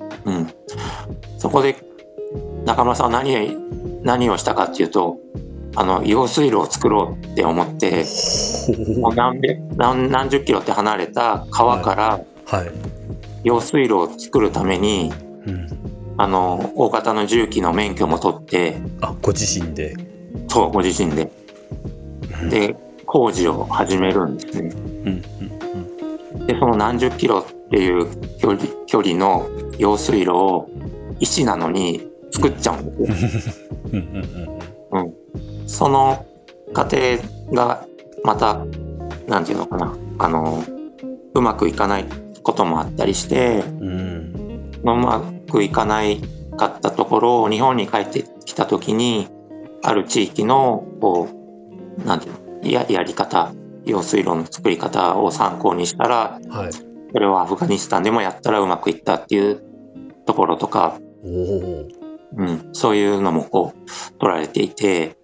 そこで中村さんは何をしたかっていうと、 用水路を作ろうって思ってもう何十キロって離れた川から用水路を作るために、大型の重機の免許も取って、 ご自身で。 そう、ご自身で、で工事を始めるんですね。でその何十キロっていう距離の用水路を石なのに作っちゃうんですよ。その過程がまたなんていうのかな、うまくいかないこともあったりして、うまくいかないかったところを日本に帰ってきた時にある地域のこうなんていうの やり方、用水路の作り方を参考にしたら、それをアフガニスタンでもやったらうまくいったっていうところとか、そういうのもこう取られていて、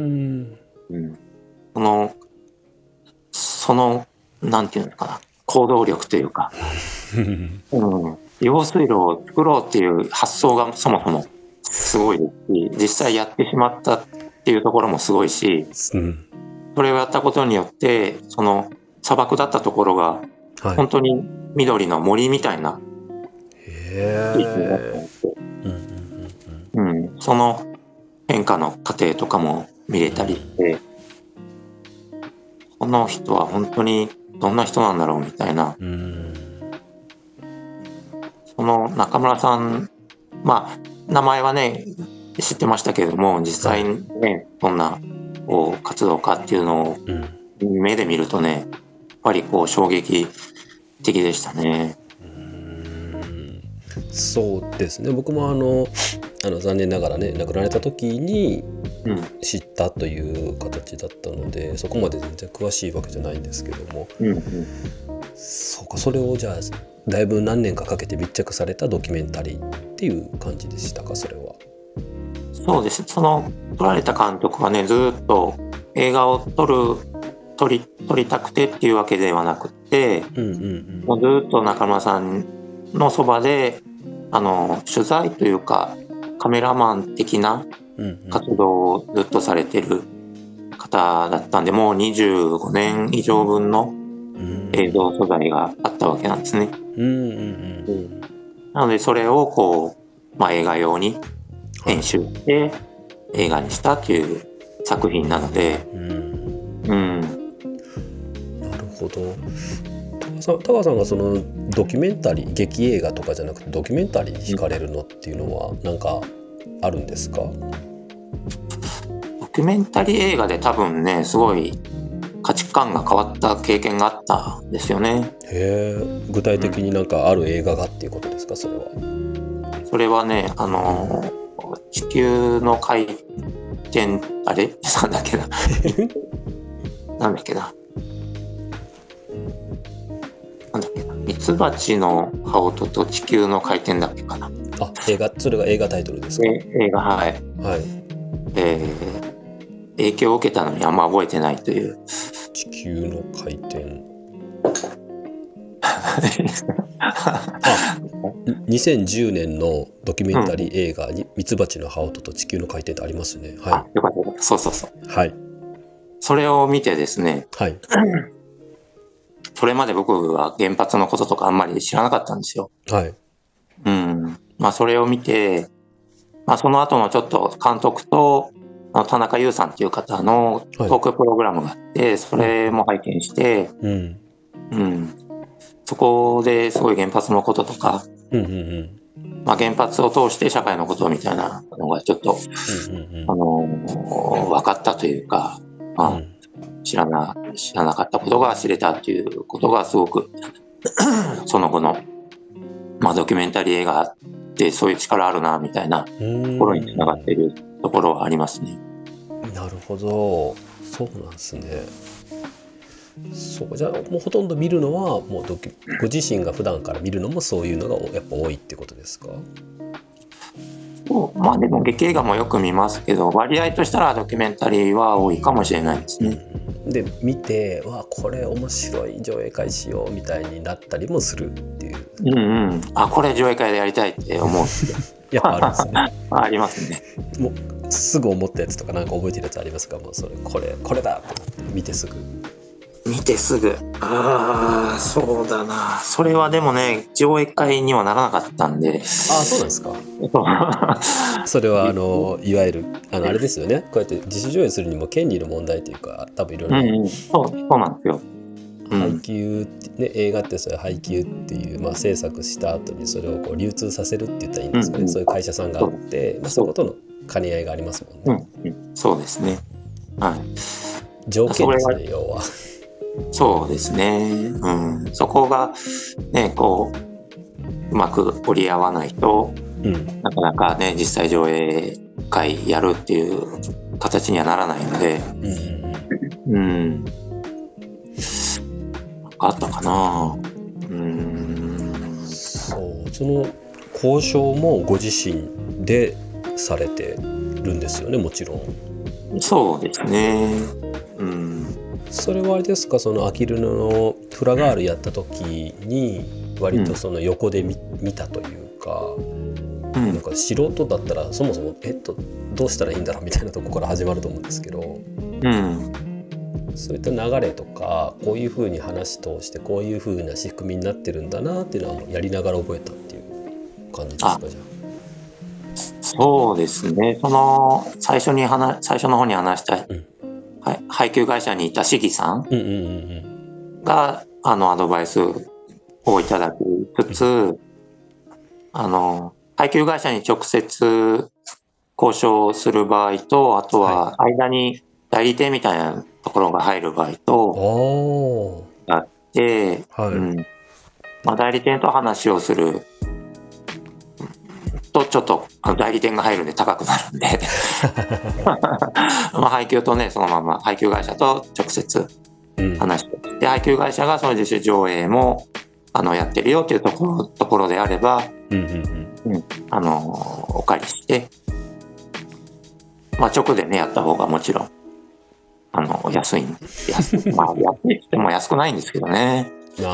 そのなんていうのかな、行動力というか、用水路を作ろうっていう発想がそもそもすごいですし、実際やってしまったっていうところもすごいし、それをやったことによってその砂漠だったところが本当に緑の森みたいな地域になっていて、その変化の過程とかも見れたりして、この人は本当にどんな人なんだろうみたいな。その中村さん、名前はね知ってましたけれども、実際にねどんな活動家っていうのを目で見るとね、やっぱりこう衝撃的でしたね。 そうですね。僕も残念ながらね亡くなられた時に知ったという形だったので、そこまで全然詳しいわけじゃないんですけども、そうか、それをじゃあだいぶ何年かかけて密着されたドキュメンタリーっていう感じでしたか、それは。 そうです。その撮られた監督はね、ずっと映画を撮りたくてっていうわけではなくて、もうずっと中村さんのそばで取材というかカメラマン的な活動をずっとされてる方だったんで、もう25年以上分の映像素材があったわけなんですね。なのでそれをこう、映画用に編集して映画にしたという作品なので、 なるほど。高橋さんがそのドキュメンタリー、劇映画とかじゃなくてドキュメンタリーに惹かれるのっていうのは何かあるんですか？ ドキュメンタリー映画で多分ね、すごい価値観が変わった経験があったんですよね。 へえ、具体的になんかある映画がっていうことですか、それは。 それはね、地球の回転、あれなんだっけななんだっけなミツバチの羽音と地球の回転だっけかな。 それが映画タイトルですか？ 映画、はい。影響を受けたのにあんま覚えてないという。 地球の回転2010年のドキュメンタリー映画にミツバチの羽音と地球の回転ってありますね。 よかった。そう。 はい。 それを見てですね、それまで僕は原発のこととかあんまり知らなかったんですよ。それを見て、その後のちょっと監督と田中優さんっていう方のトークプログラムがあって、それも拝見して、そこですごい原発のこととか、原発を通して社会のことみたいなのがちょっと、分かったというか、知らなかったことが知れたということがすごくその後の、ドキュメンタリー映画ってそういう力あるなみたいなところにつながっているところはありますね。 なるほど、そうなんですね。そうじゃあもうほとんど見るのはもうご自身が普段から見るのもそういうのがやっぱ多いってことですか？ でも劇映画もよく見ますけど、割合としたらドキュメンタリーは多いかもしれないですね。 で見てこれ面白い、上映会しようみたいになったりもするっていう。 これ上映会でやりたいって思うやっぱあるんですね。 ありますね。 もうすぐ思ったやつとかなんか覚えてるやつありますか？もうそれこれだって見てすぐ。 ああ、そうだな。それはでもね、上映会にはならなかったんで。 そうなんですか。それはいわゆるあれですよね。こうやって自主上映するにも権利の問題というか、多分いろいろ。 そうなんですよ。 配給ね、映画ってそれ配給っていう、制作した後にそれをこう流通させるって言ったらいいんですかね。そういう会社さんがあって、そういうことの兼ね合いがありますもんね。 そうですね。はい。 条件ですね、要は。 そうですね。そこがね、こううまく折り合わないと、なかなかね、実際上映会やるっていう形にはならないので、あったかな。 その交渉もご自身でされてるんですよね、もちろん。 そうですね。 それはあれですか、そのあきる野のフラガールやった時に割とその横で見たというか、なんか素人だったらそもそもどうしたらいいんだろうみたいなところから始まると思うんですけど、そういった流れとかこういう風に話通してこういう風な仕組みになってるんだなっていうのはやりながら覚えたっていう感じですか？じゃあ。 そうですね。その最初の方に話した、配給会社にいた市議さんがアドバイスをいただきつつ、配給会社に直接交渉する場合と、あとは間に代理店みたいなところが入る場合とあって、代理店と話をするとちょっと代理店が入るんで高くなるんで配給とね、そのまま配給会社と直接話して、で配給会社がその自主上映もやってるよっていうところであれば、お借りして、直でねやった方がもちろん安い安いって言っても安くないんですけどね。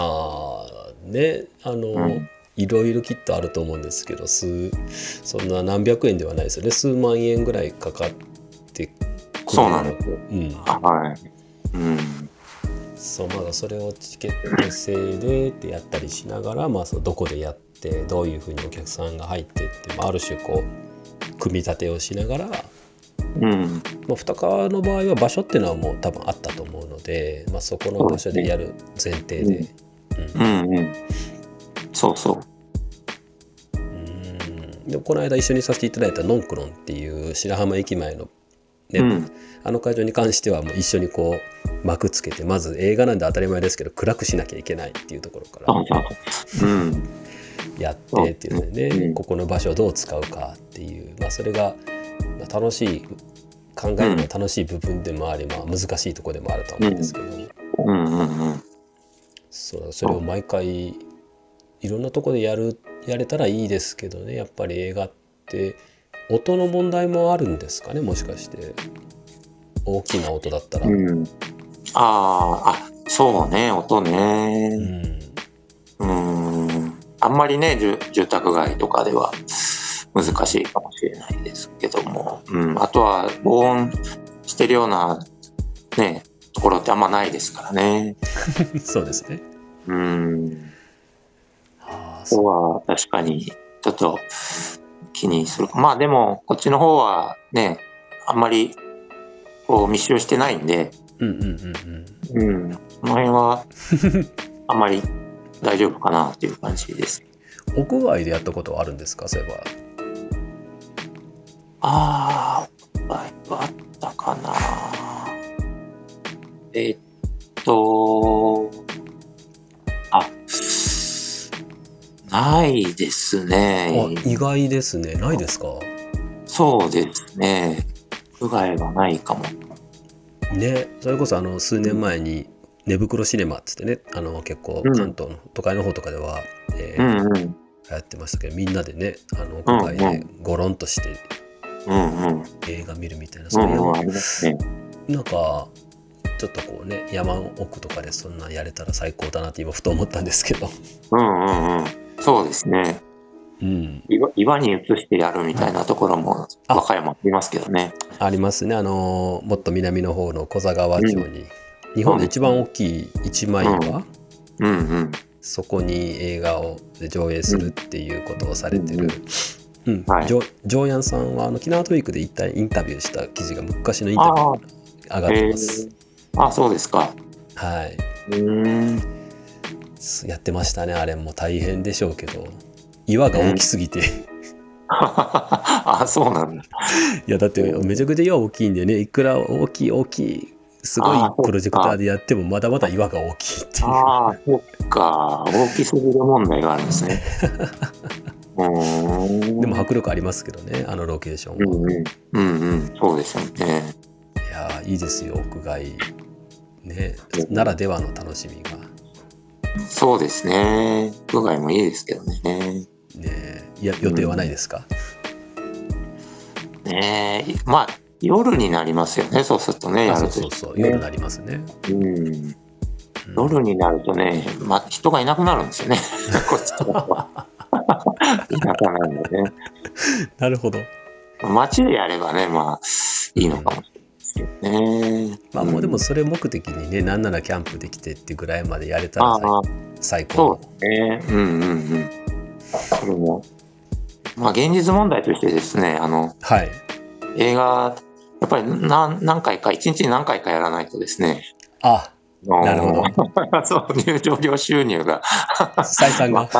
いろいろきっとあると思うんですけど、そんな何百円ではないですよね。数万円ぐらいかかってくる。 そうなんですよ。 まだそれをチケット制でってやったりしながら、どこでやってどういうふうにお客さんが入ってって、ある種こう組み立てをしながら、二川の場合は場所っていうのはもう多分あったと思うので、そこの場所でやる前提で。 そうそう。 でこの間一緒にさせていただいたノンクロンっていう白浜駅前の、会場に関してはもう一緒にこう幕つけて、まず映画なんで当たり前ですけど暗くしなきゃいけないっていうところからやってっていうのでね、ここの場所をどう使うかっていう、それが楽しい、考えるのが楽しい部分でもあり、難しいところでもあると思うんですけど、それを毎回いろんなところでやれたらいいですけどね。やっぱり映画って音の問題もあるんですかね、もしかして大きな音だったら。 そうね、音ね。あんまりね住宅街とかでは難しいかもしれないですけども、あとは防音してるようなねところってあんまないですからね。 そうですね。 そこは確かにちょっと気にする。でもこっちの方はねあんまりこう密集してないんで、その辺はあんまり大丈夫かなっていう感じです。 屋外でやったことはあるんですか？そういえば。 屋外はあったかな。ないですね。 意外ですね。ないですか？ そうですね。屋外はないかも。 ね、それこそ数年前に寝袋シネマっつってね、結構関東の都会の方とかでは、流行ってましたけど、みんなでね屋外でゴロンとして映画見るみたいな、それをなんかちょっとこうね山奥とかでそんなやれたら最高だなって今ふと思ったんですけど。 そうですね。 うん、 岩に移してやるみたいなところも和歌山ありますけどね。 ありますね。もっと南の方の古座川町に、日本で一番大きい一枚岩、そこに映画を上映するっていうことをされてる、ジョーヤンさんはキナートウィークで一体インタビューした記事が昔のインタビュー上がってます。 そうですか。 はい。やってましたね。あれも大変でしょうけど、岩が大きすぎてそうなんだ。 いやだってめちゃくちゃ岩大きいんでね、いくら大きいすごいプロジェクターでやってもまだまだ岩が大きいっていう。 そっか、大きすぎる問題があるんですね。 でも迫力ありますけどね、あのロケーションは。そうですよね。 いやいいですよ、屋外ね、ならではの楽しみが。 そうですね、屋外もいいですけどね。 予定はないですか？ まあ夜になりますよね、そうするとね、やると。 そう夜になりますね。 夜になるとね、人がいなくなるんですよねこっちとかは田舎なんでね。 なるほど。 街でやればね、いいのかもしれないですけどね。 もうでもそれ目的にね、なんならキャンプできてってぐらいまでやれたら最高。 そうですね。それも現実問題としてですね、映画やっぱり何回か、1日に何回かやらないとですね、 なるほどそう入場料収入が採算が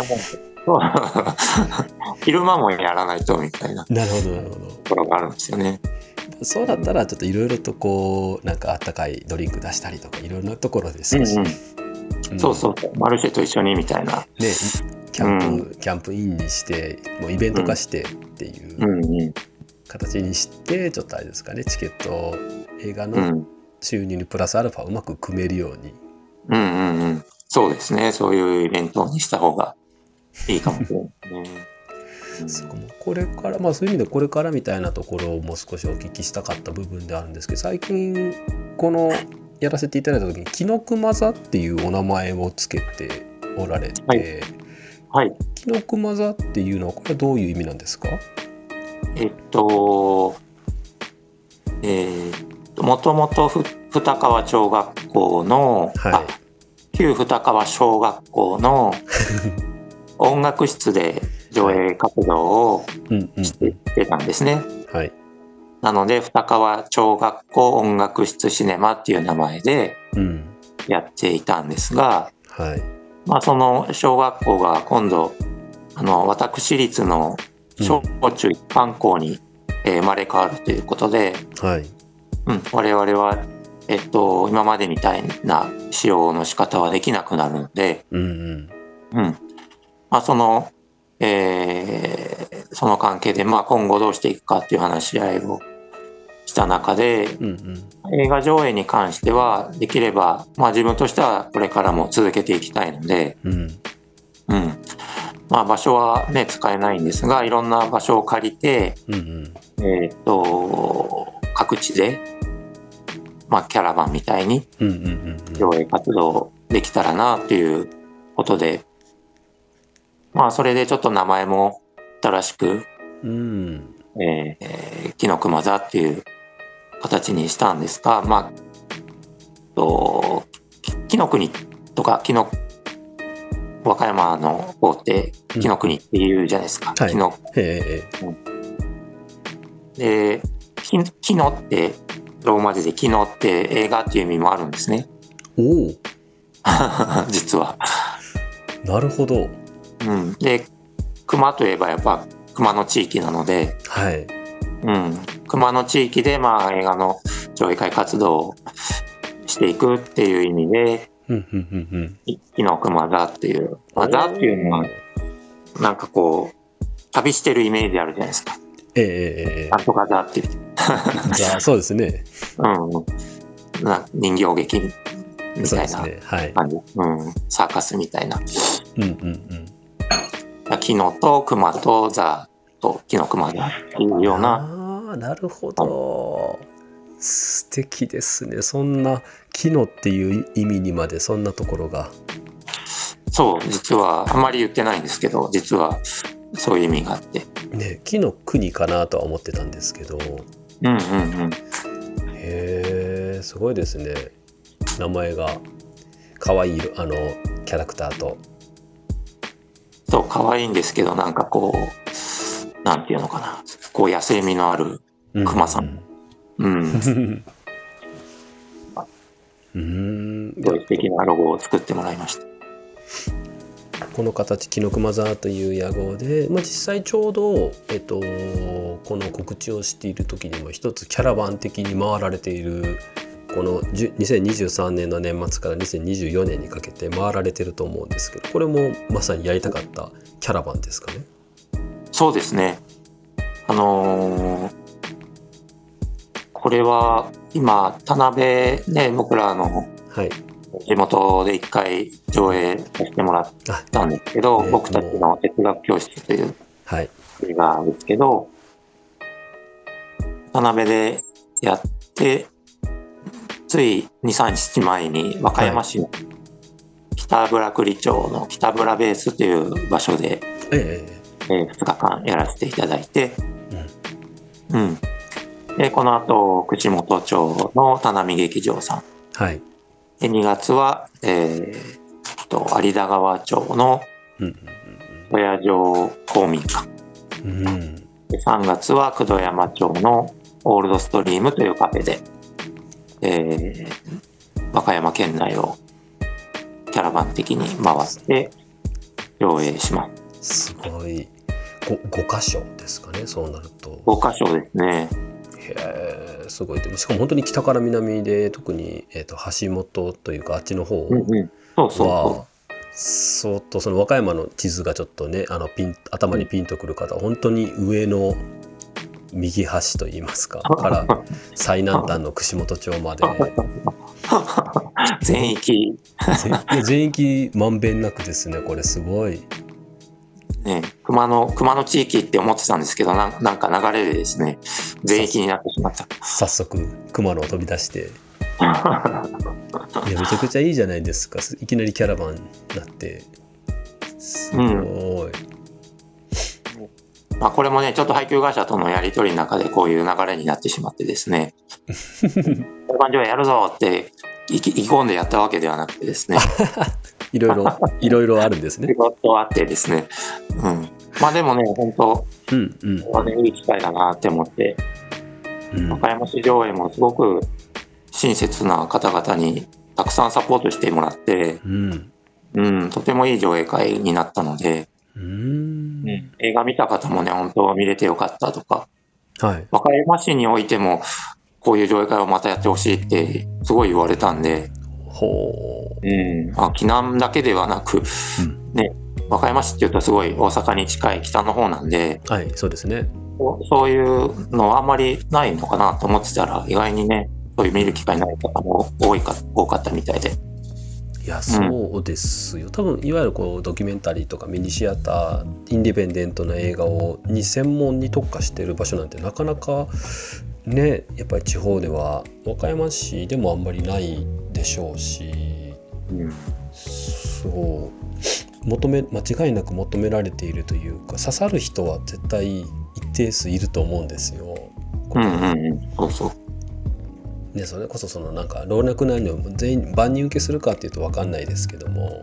昼間もやらないとみたいななるほどところがあるんですよね。 そうだったらちょっといろいろとこうなんかあったかいドリンク出したりとかいろんなところで少し、 そうマルシェと一緒にみたいな、 キャンプインにしてもうイベント化してっていう形にしてちょっとあれですかね、チケット映画の収入にプラスアルファうまく組めるように、 そうですね、そういうイベントにした方がいいかもしれないですね。これからそういう意味でこれからみたいなところをもう少しお聞きしたかった部分であるんですけど、最近このやらせていただいた時にきのくま座っていうお名前をつけておられて、きのくま座っていうのはこれはどういう意味なんですか？ もともと二川小学校の、旧二川小学校の音楽室で上映活動をしてたんですね。なので二川小学校音楽室シネマっていう名前でやっていたんですが、その小学校が今度私立の小中一貫校に生まれ変わるということで、我々は、今までみたいな使用の仕方はできなくなるので、その関係で、今後どうしていくかっていう話し合いをした中で、映画上映に関してはできれば、自分としてはこれからも続けていきたいので、場所はね使えないんですが、いろんな場所を借りて、各地で、キャラバンみたいに上映活動できたらなということで、それでちょっと名前も新しく、きのくま座っていう形にしたんですが、きの国とか和歌山の方ってきの国っていうじゃないですか。きので、きのってローマ字できのって映画っていう意味もあるんですね。実は。 なるほど。 で、熊といえばやっぱ熊の地域なので、熊の地域で映画の上映会活動をしていくっていう意味で、きのくま座っていう、座っていうのはなんかこう旅してるイメージあるじゃないですか。なんとか座っていうそうですね。 人形劇みたいな感じ、サーカスみたいな。きのとくまと座ときのくま座っていうような。 なるほど。素敵ですね。そんなきのっていう意味にまでそんなところが。 そう、実はあんまり言ってないんですけど、実はそういう意味があって。 ね、木の国かなとは思ってたんですけど。へえ、すごいですね。名前が可愛いキャラクターと。 そう、可愛いんですけど、なんかこう、なんていうのかな、こう野生味のあるクマさん。すごい素敵なロゴを作ってもらいました。 この形、キノクマ座という屋号で、実際ちょうど、この告知をしている時にも一つキャラバン的に回られている、この2023年の年末から2024年にかけて回られてると思うんですけど、これもまさにやりたかったキャラバンですかね。 そうですね。これは今田辺ね、僕ら地元で一回上映させてもらったんですけど、僕たちの哲学教室という映画ですけど、田辺でやって、つい 2,3 日前に和歌山市の北村栗町の北村ベースという場所で、2日間やらせていただいて、でこの後串本町の田波劇場さん、で2月は、有田川町の親城公民館、で3月は九度山町のオールドストリームというカフェで、和歌山県内をキャラバン的に回って上映します。 すごい。5カ所ですかね、そうなると。 5カ所ですね。 へえ、すごい。しかも本当に北から南で、特に、橋本というかあっちの方は相当その和歌山の地図がちょっとね、頭にピンとくる方、本当に上の右端といいますかから最南端の串本町まで全域全域まんべんなくですね。これすごいね。熊野地域って思ってたんですけど、なんか流れでですね、全域になってしまった。 早速熊野を飛び出していや、めちゃくちゃいいじゃないですか。いきなりキャラバンになってすごい、 これもね、ちょっと配給会社とのやり取りの中でこういう流れになってしまってですね交番上やるぞって意気込んでやったわけではなくてですねいろいろあるんですね。 いろいろあってですね、でもね、本当、いい機会だなって思って、和歌山市上映もすごく親切な方々にたくさんサポートしてもらって、とてもいい上映会になったので、映画見た方もね、本当見れてよかったとか、和歌山市においてもこういう上映会をまたやってほしいってすごい言われたんで、紀南だけではなく、和歌山市っていうとすごい大阪に近い北の方なんで、 そうですね。 そういうのはあんまりないのかなと思ってたら、意外にね、そういう見る機会ない方も多かったみたいで。 いや、そうですよ。多分いわゆるドキュメンタリーとかミニシアター、インディペンデントな映画に専門に特化している場所なんてなかなかね、やっぱり地方では和歌山市でもあんまりないでしょうし、間違いなく求められているというか、刺さる人は絶対一定数いると思うんですよ。でそれこそなんか老若男女全員万人受けするかっていうと分かんないですけども、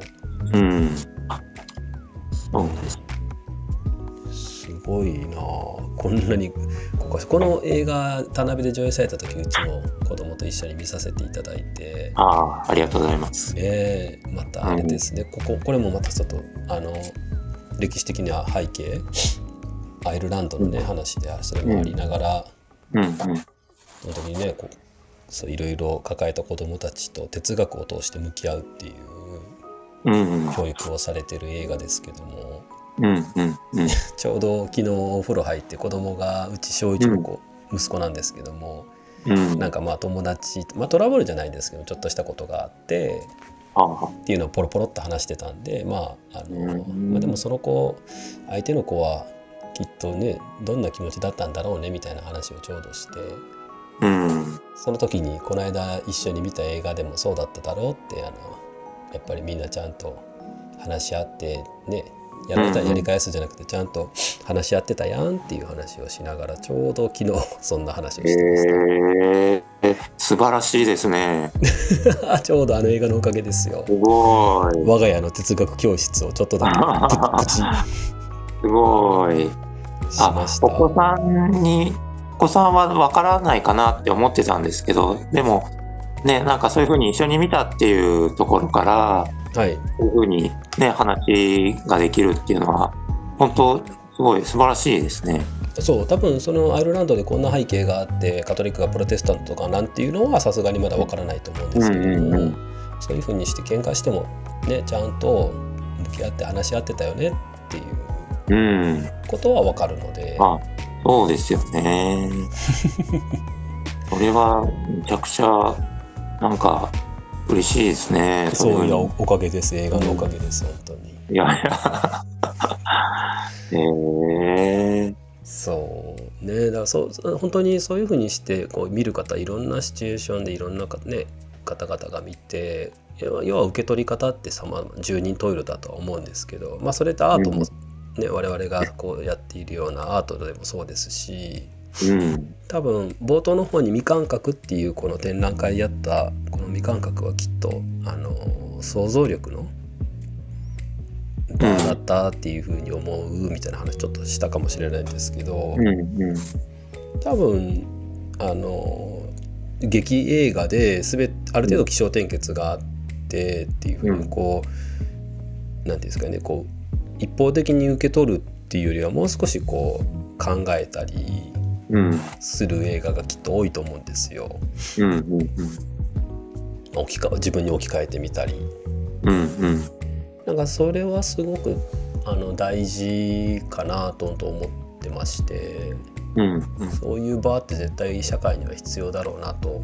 すごいな。こんなにこの映画田辺で上映された時、うちも子供と一緒に見させていただいて、 ありがとうございます。 またあれですね、これもまたちょっと歴史的な背景、アイルランドのね、話でそれもありながら、その時にね、そういろいろ抱えた子どもたちと哲学を通して向き合うっていう教育をされてる映画ですけども、ちょうど昨日お風呂入って子供が、うち小1の息子なんですけども、なんか友達、トラブルじゃないんですけどちょっとしたことがあってっていうのをポロポロっと話してたんで、でもその相手の子はきっとね、どんな気持ちだったんだろうねみたいな話をちょうどして、その時にこの間一緒に見た映画でもそうだっただろうって、やっぱりみんなちゃんと話し合ってね、 やられたらやり返すじゃなくてちゃんと話し合ってたやんっていう話をしながら、ちょうど昨日そんな話をしてました。素晴らしいですね。 ちょうどあの映画のおかげですよ。 すごい。 我が家の哲学教室をちょっとだけプチすごい。 しました。 お子さんは分からないかなって思ってたんですけど、でもね、なんかそういうふうに一緒に見たっていうところから、はい、そういうふうにね話ができるっていうのは本当すごい素晴らしいですね。 そう、多分そのアイルランドでこんな背景があってカトリックがプロテスタントとかなんていうのはさすがにまだ分からないと思うんですけども、そういうふうにして喧嘩してもね、ちゃんと向き合って話し合ってたよねっていうことは分かるので、 そうですよね。それはめちゃくちゃなんか嬉しいですね。 そういや、おかげです。映画のおかげです、本当に。 いやいやそうね、だから本当にそういうふうにしてこう見る方、いろんなシチュエーションでいろんな、ね、方々が見て、要は受け取り方って十人十色だとは思うんですけど、それってアートも、ね、我々がこうやっているようなアートでもそうですし、多分冒頭の方に未感覚っていうこの展覧会やったこの未感覚はきっと想像力の場だったっていうふうに思うみたいな話ちょっとしたかもしれないんですけど、多分劇映画である程度起承転結があってっていうふうにこう、なんていうんですかね、こう一方的に受け取るっていうよりはもう少しこう考えたりする映画がきっと多いと思うんですよ。自分に置き換えてみたり、なんかそれはすごく大事かなと思ってまして、そういう場って絶対社会には必要だろうなと。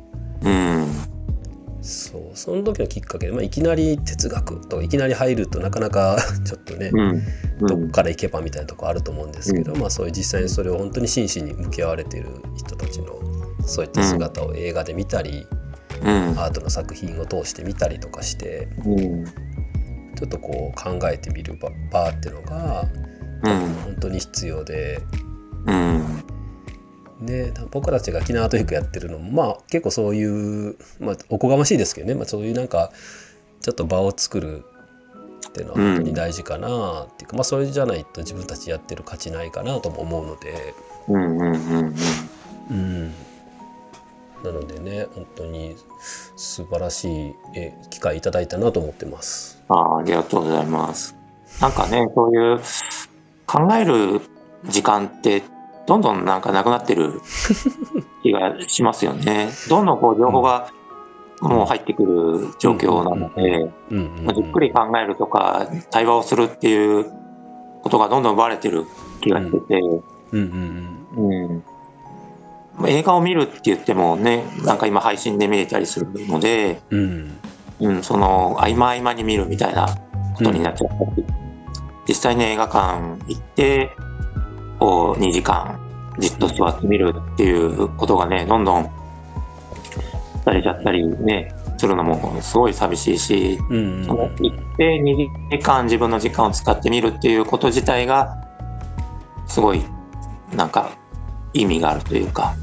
その時のきっかけで、いきなり哲学とかいきなり入るとなかなかちょっとね、どこから行けばみたいなとこあると思うんですけど、そういう実際にそれを本当に真摯に向き合われている人たちのそういった姿を映画で見たり、アートの作品を通して見たりとかして、ちょっとこう考えてみる場っていうのが本当に必要で、で僕たちが沖縄アートウィークやってるのも結構そういう、おこがましいですけどね、そういうなんかちょっと場を作るっていうのは本当に大事かなっていうか、それじゃないと自分たちやってる価値ないかなとも思うので、なのでね、本当に素晴らしい機会いただいたなと思ってます。 ありがとうございます。なんかね、そういう考える時間ってどんどんなんかなくなってる気がしますよね。どんどんこう情報がもう入ってくる状況なので、じっくり考えるとか対話をするっていうことがどんどん奪われてる気がしてて、映画を見るって言ってもね、なんか今配信で見れたりするので、その合間合間に見るみたいなことになっちゃったり、実際に映画館行ってこう2時間じっと座って見るっていうことがね、どんどんされちゃったりねするのもすごい寂しいし、その行って2時間自分の時間を使って見るっていうこと自体がすごいなんか意味があるというか、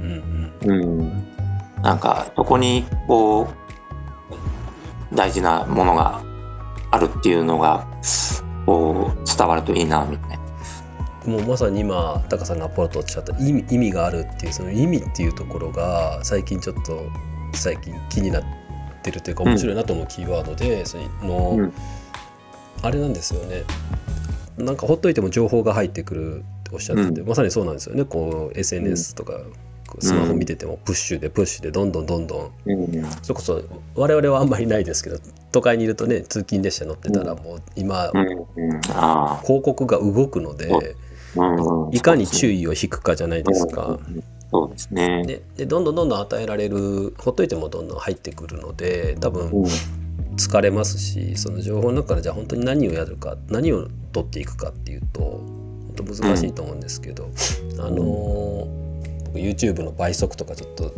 なんかそこにこう大事なものがあるっていうのがこう伝わるといいなみたいな。 もうまさに今タカさんがポロッとおっしゃった意味があるっていう、その意味っていうところが最近気になってるというか面白いなと思うキーワードで、あれなんですよね。なんかほっといても情報が入ってくるっておっしゃってて、まさにそうなんですよね。こう SNS とかスマホ見ててもプッシュでどんどんそれこそ我々はあんまりないですけど、都会にいるとね、通勤列車乗ってたらもう今広告が動くので、いかに注意を引くかじゃないですか。 そうですね。 でどんどん与えられる、ほっといてもどんどん入ってくるので、多分疲れますし、その情報の中からじゃあ本当に何をやるか、何を取っていくかっていうと本当難しいと思うんですけど、僕 YouTube の倍速とかちょっと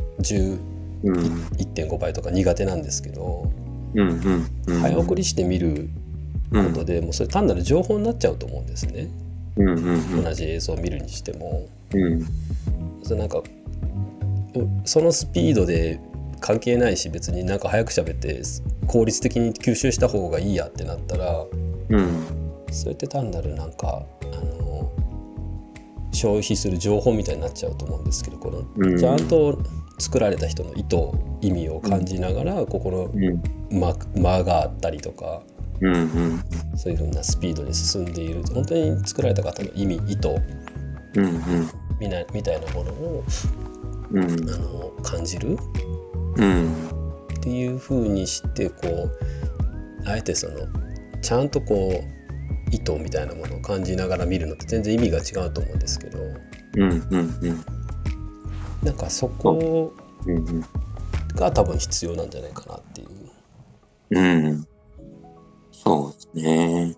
1.5 倍とか苦手なんですけど、早送りして見ることで、もうそれ単なる情報になっちゃうと思うんですね、同じ映像を見るにしても、なんかそのスピードで関係ないし、別になんか早く喋って効率的に吸収した方がいいやってなったら、それって単なるなんか消費する情報みたいになっちゃうと思うんですけど、このちゃんと作られた人の意図意味を感じながら、ここの間があったりとか、そういう風なスピードに進んでいると、本当に作られた方の意味意図、みたいなものを、感じる、っていう風にして、こうあえてそのちゃんとこう意図みたいなものを感じながら見るのって全然意味が違うと思うんですけど、なんかそこが多分必要なんじゃないかなっていう。 そうですね。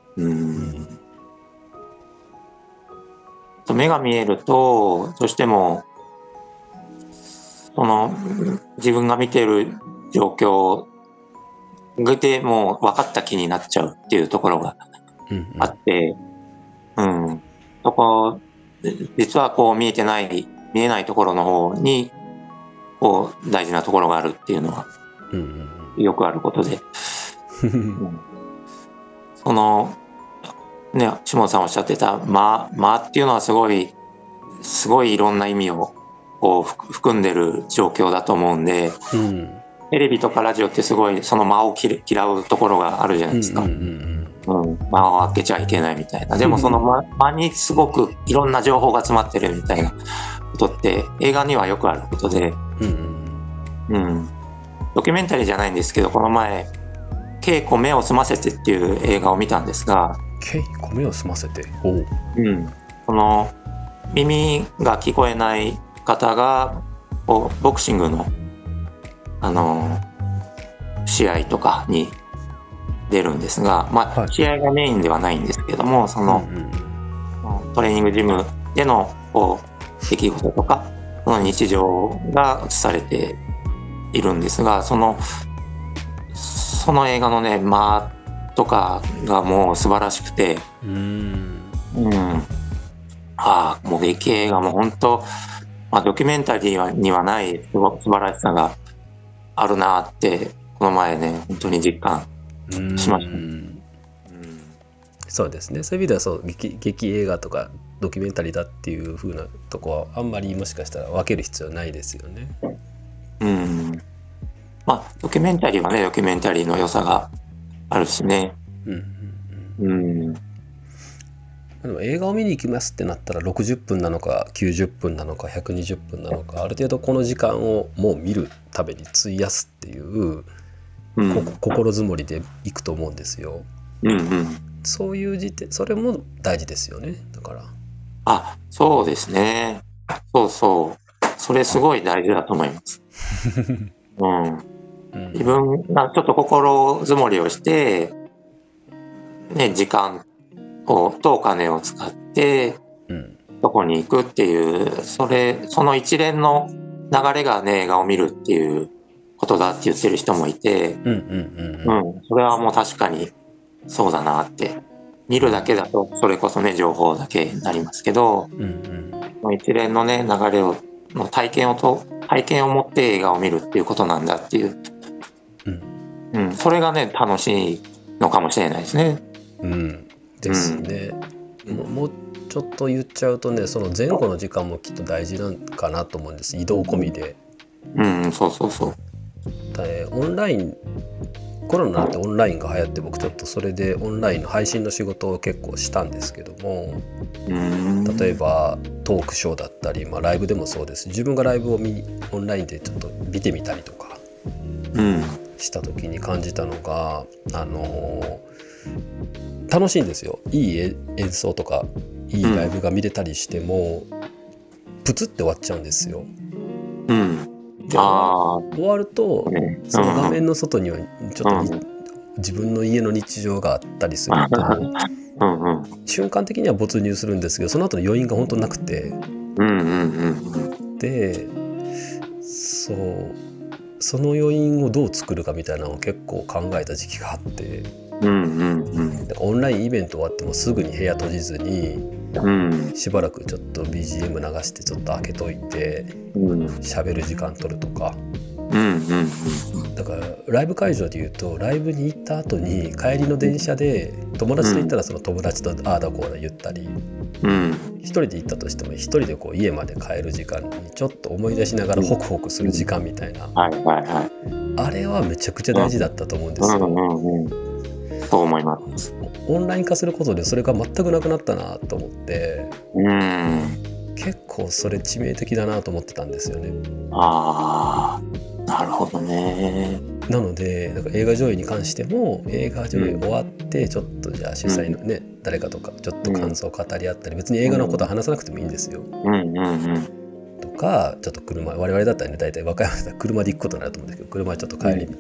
目が見えるとどうしてもその自分が見ている状況でもう分かった気になっちゃうっていうところがあって、そこ実はこう見えないところの方にこう大事なところがあるっていうのはよくあることで、そのね、下野さんおっしゃってた間っていうのはすごいいろんな意味をこう含んでる状況だと思うんで、テレビとかラジオってすごいその間を嫌うところがあるじゃないですか。間を開けちゃいけないみたいな。でもその間にすごくいろんな情報が詰まってるみたいなことって映画にはよくあることで、ドキュメンタリーじゃないんですけど、この前稽古目を澄ませてっていう映画を見たんですが、 稽古目を澄ませて、 この耳が聞こえない方がボクシングの試合とかに出るんですが、試合がメインではないんですけども、その、トレーニングジムでの出来事とかその日常が映されているんですが、その映画のね間とかがもう素晴らしくて、もう劇映画も本当、ドキュメンタリーにはない素晴らしさがあるなってこの前ね本当に実感しました。 そうですね。そういう意味ではそう劇映画とかドキュメンタリーだっていう風なとこはあんまりもしかしたら分ける必要ないですよね。 ドキュメンタリーはねドキュメンタリーの良さがあるしね。 でも映画を見に行きますってなったら60分なのか90分なのか120分なのか、ある程度この時間をもう見るために費やすっていう、心づもりで行くと思うんですよ。そういうそれも大事ですよね。だからそうですね。それすごい大事だと思います。自分がちょっと心づもりをしてね、時間とお金を使ってどこに行くっていう、その一連の流れがね映画を見るっていうことだって言ってる人もいて、それはもう確かにそうだなって。見るだけだとそれこそね情報だけになりますけど、一連のね流れの体験を持って映画を見るっていうことなんだっていう、それがね楽しいのかもしれないですね。 ですね。もうちょっと言っちゃうとね、その前後の時間もきっと大事なんかなと思うんです。移動込みで。 そう。 オンライン、コロナってオンラインが流行って、僕ちょっとそれでオンラインの配信の仕事を結構したんですけども、例えばトークショーだったり、ライブでもそうです。自分がライブをオンラインでちょっと見てみたりとかした時に感じたのが、楽しいんですよ。いい演奏とかいいライブが見れたりしても、プツって終わっちゃうんですよ。で終わるとその画面の外にはちょっと自分の家の日常があったりすると瞬間的には没入するんですけど、その後の余韻が本当なくて、でその余韻をどう作るかみたいなのを結構考えた時期があって、 だからオンラインイベント終わってもすぐに部屋閉じずに、しばらくちょっと BGM 流してちょっと開けといて喋る時間取るとか、だからライブ会場でいうと、ライブに行った後に帰りの電車で友達と行ったらその友達とああだこうだ言ったり、一人で行ったとしても一人でこう家まで帰る時間にちょっと思い出しながらホクホクする時間みたいな、あれはめちゃくちゃ大事だったと思うんですよ。 そう思います。 オンライン化することでそれが全くなくなったなと思って、結構それ致命的だなと思ってたんですよね。 ああ、なるほどね。 なのでなんか映画上映に関しても、映画上映終わってちょっとじゃあ主催のね、誰かとかちょっと感想を語り合ったり、別に映画のことは話さなくてもいいんですよ。とかちょっと車、我々だったらね大体和歌山だったら車で行くことになると思うんですけど、車でちょっと帰り道、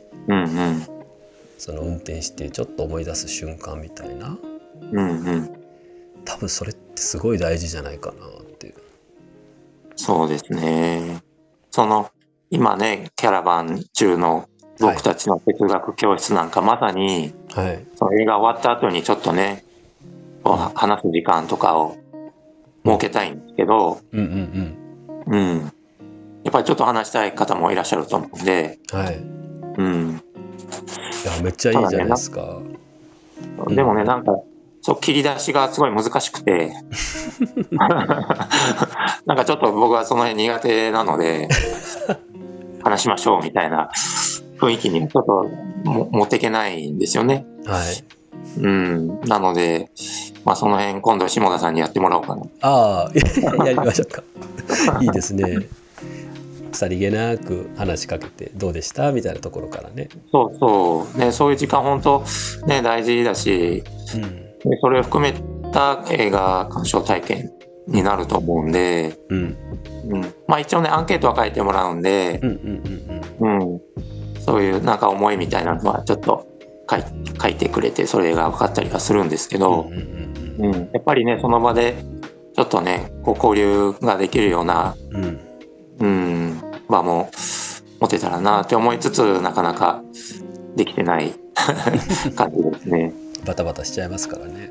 その運転してちょっと思い出す瞬間みたいな、多分それってすごい大事じゃないかなって。 そうですね。その今ね、キャラバン中の僕たちの哲学教室なんか、まさに、その映画終わった後にちょっとね、話す時間とかを設けたいんですけど、やっぱりちょっと話したい方もいらっしゃると思うんで、 いやめっちゃいいじゃないですか。 でもね、なんかそう切り出しがすごい難しくてなんかちょっと僕はその辺苦手なので話しましょうみたいな雰囲気にちょっと持っていけないんですよね。なので、その辺今度下田さんにやってもらおうかな。 やりましょうかいいですね。さりげなく話しかけてどうでしたみたいなところからね。 そうね、そういう時間本当ね大事だし、それを含めた映画鑑賞体験になると思うんで、一応ねアンケートは書いてもらうんで、そういうなんか思いみたいなのはちょっと書いてくれて、それが分かったりはするんですけど、やっぱりねその場でちょっとねこう交流ができるような、場も持てたらなって思いつつ、なかなかできてない感じですね。 バタバタしちゃいますからね。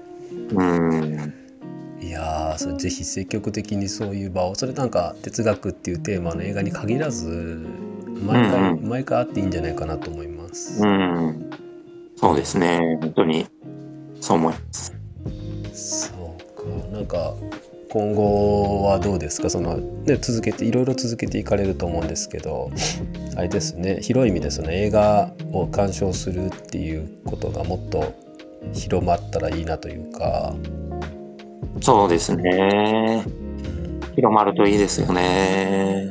いやそれぜひ積極的にそういう場を、それなんか哲学っていうテーマの映画に限らず毎回あっていいんじゃないかなと思います。 そうですね、本当にそう思います。 そうか、なんか今後はどうですか。そのね、いろいろ続けていかれると思うんですけど、あれですね、広い意味でその映画を鑑賞するっていうことがもっと広まったらいいなというか。 そうですね、広まるといいですよね。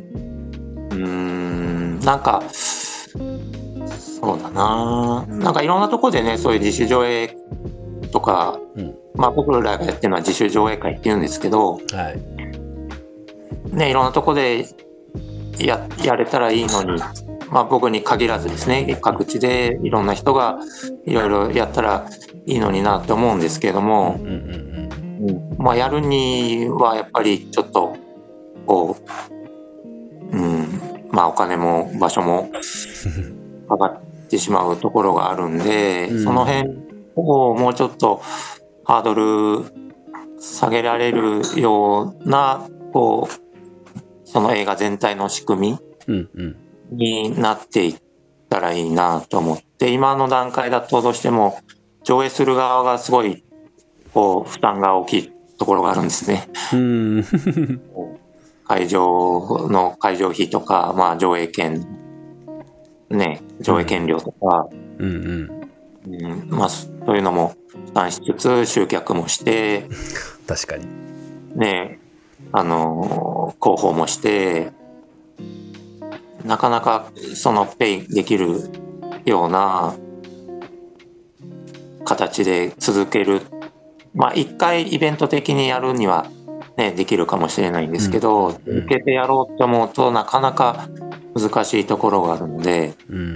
なんかそうだな、なんかいろんなところでね、そういう自主上映とか、僕らがやってるのは自主上映会っていうんですけど、いろんなところでやれたらいいのに、僕に限らずですね、各地でいろんな人がいろいろやったらいいのになって思うんですけれども、やるにはやっぱりちょっとこう、お金も場所もかかってしまうところがあるんで、その辺をもうちょっとハードル下げられるようなこうその映画全体の仕組みになっていったらいいなと思って、今の段階だとどうしても上映する側がすごいこう負担が大きいところがあるんですね。会場の会場費とか、上映券ね、上映券料とか、そういうのも負担しつつ集客もして確かにね、広報もして、なかなかそのペイできるような形で続ける、一回イベント的にやるにはねできるかもしれないんですけど、続けてやろうって思うとなかなか難しいところがあるので、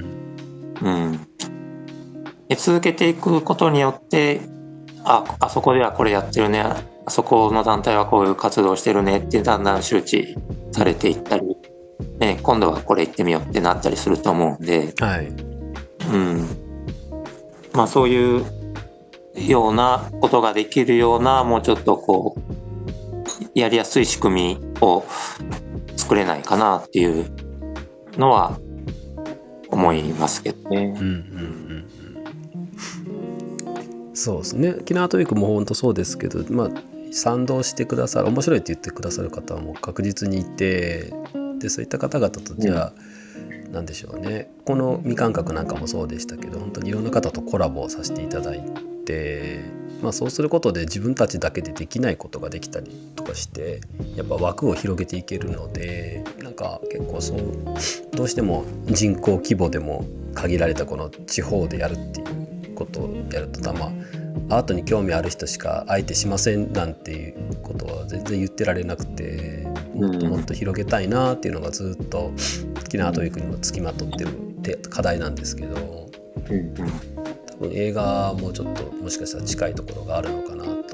続けていくことによってあそこではこれやってるね、あそこの団体はこういう活動してるねってだんだん周知されていったり、今度はこれ行ってみようってなったりすると思うんで、 そういうようなことができるような、もうちょっとこうやりやすい仕組みを作れないかなっていうのは思いますけどね。 そうですね。沖縄トーイックも本当そうですけど、賛同してくださる、面白いって言ってくださる方も確実にいて、でそういった方々とじゃあ、なんでしょうね、このみかん閣なんかもそうでしたけど、本当にいろんな方とコラボをさせていただいて、そうすることで自分たちだけでできないことができたりとかして、やっぱ枠を広げていけるので、なんか結構どうしても人口規模でも限られたこの地方でやるっていうことをやると、アートに興味ある人しか相手しませんなんていうことは全然言ってられなくて、もっともっと広げたいなっていうのがずっと沖縄トーイックにもつきまとってる課題なんですけど、多分映画もちょっともしかしたら近いところがあるのかなと。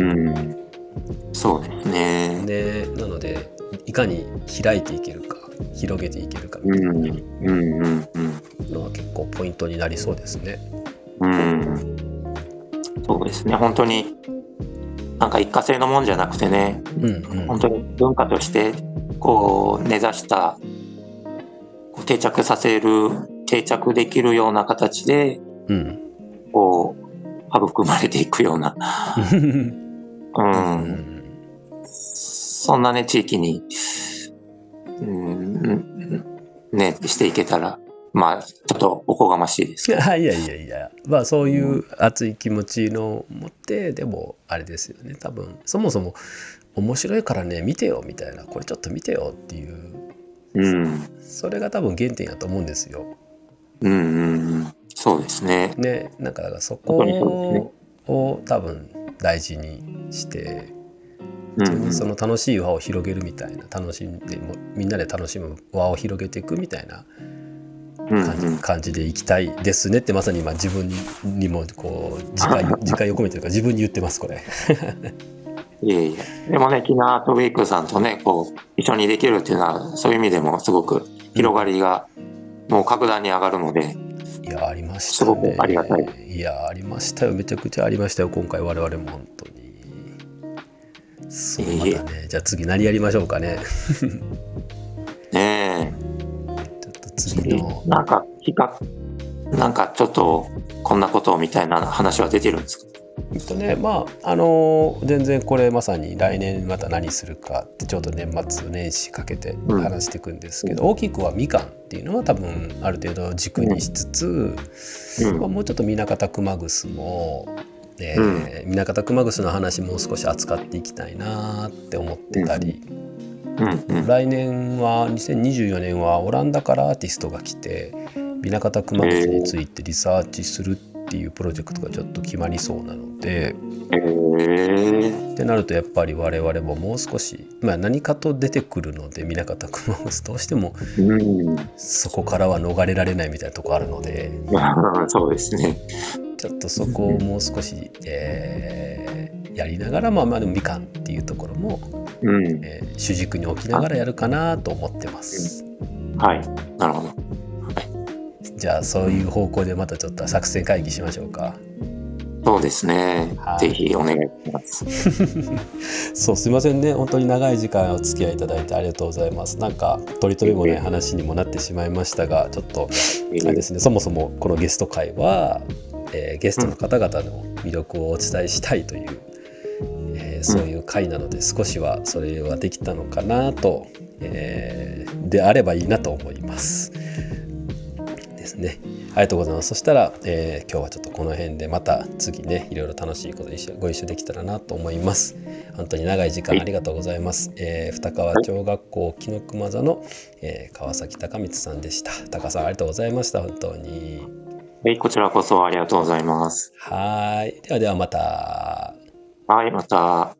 そうですね。 なのでいかに開いていけるか、広げていけるかみたいなのは結構ポイントになりそうですね。 そうですね。本当になんか一過性のもんじゃなくてね、本当に文化としてこう根ざした定着できるような形で、こう育まれていくような、そんなね地域に、していけたら、ちょっとおこがましいですけど。 いや、そういう熱い気持ちの持って、でもあれですよね、多分そもそも面白いからね見てよみたいな、これちょっと見てよっていう、それが多分原点やと思うんですよ。 そうですね。 なんかだからそこを多分大事にして、普通にその楽しい輪を広げるみたいな、楽しんでみんなで楽しむ輪を広げていくみたいな感じでいきたいですねって、まさに今自分にもこう自戒を込めてるから自分に言ってますこれ。 でもね、沖縄アートウィークさんとねこう一緒にできるっていうのは、そういう意味でもすごく広がりがもう格段に上がるので、 ありましたね。すごくありがたい。ありましたよ、めちゃくちゃありましたよ、今回我々も本当に。またね、じゃあ次何やりましょうかね。 ねえ、 ちょっと次のなんかちょっとこんなことみたいな話は出てるんですか？ 全然これまさに来年また何するかってちょうど年末年始かけて話していくんですけど、大きくはみかんっていうのは多分ある程度軸にしつつ、もうちょっと南方熊楠も、南方熊楠の話もう少し扱っていきたいなって思ってたり、来年は2024年はオランダからアーティストが来て南方熊楠についてリサーチするっていうプロジェクトがちょっと決まりそうなので、ってなるとやっぱり我々ももう少し、何かと出てくるので南方熊楠どうしてもそこからは逃れられないみたいなとこあるので、 そうですね、 ちょっとそこをもう少し、やりながら、でもみかんっていうところも、主軸に置きながらやるかなと思ってます。 はい、なるほど。 じゃあそういう方向でまたちょっと作戦会議しましょうか。 そうですね、ぜひお願いします。 そう、すいませんね、本当に長い時間お付き合いいただいてありがとうございます。なんか取り留めもない話にもなってしまいましたが、ちょっとあれですね、そもそもこのゲスト会は、ゲストの方々の魅力をお伝えしたいという、そういう会なので、少しはそれはできたのかなと、であればいいなと思いますですね。ありがとうございます。そしたら、今日はちょっとこの辺で、また次ねいろいろ楽しいことご一緒できたらなと思います。本当に長い時間ありがとうございます。二川町学校紀の熊座の、川崎隆光さんでした。高さんありがとうございました。本当に。 はい、こちらこそありがとうございます。 はい、ではまた。 はい、また。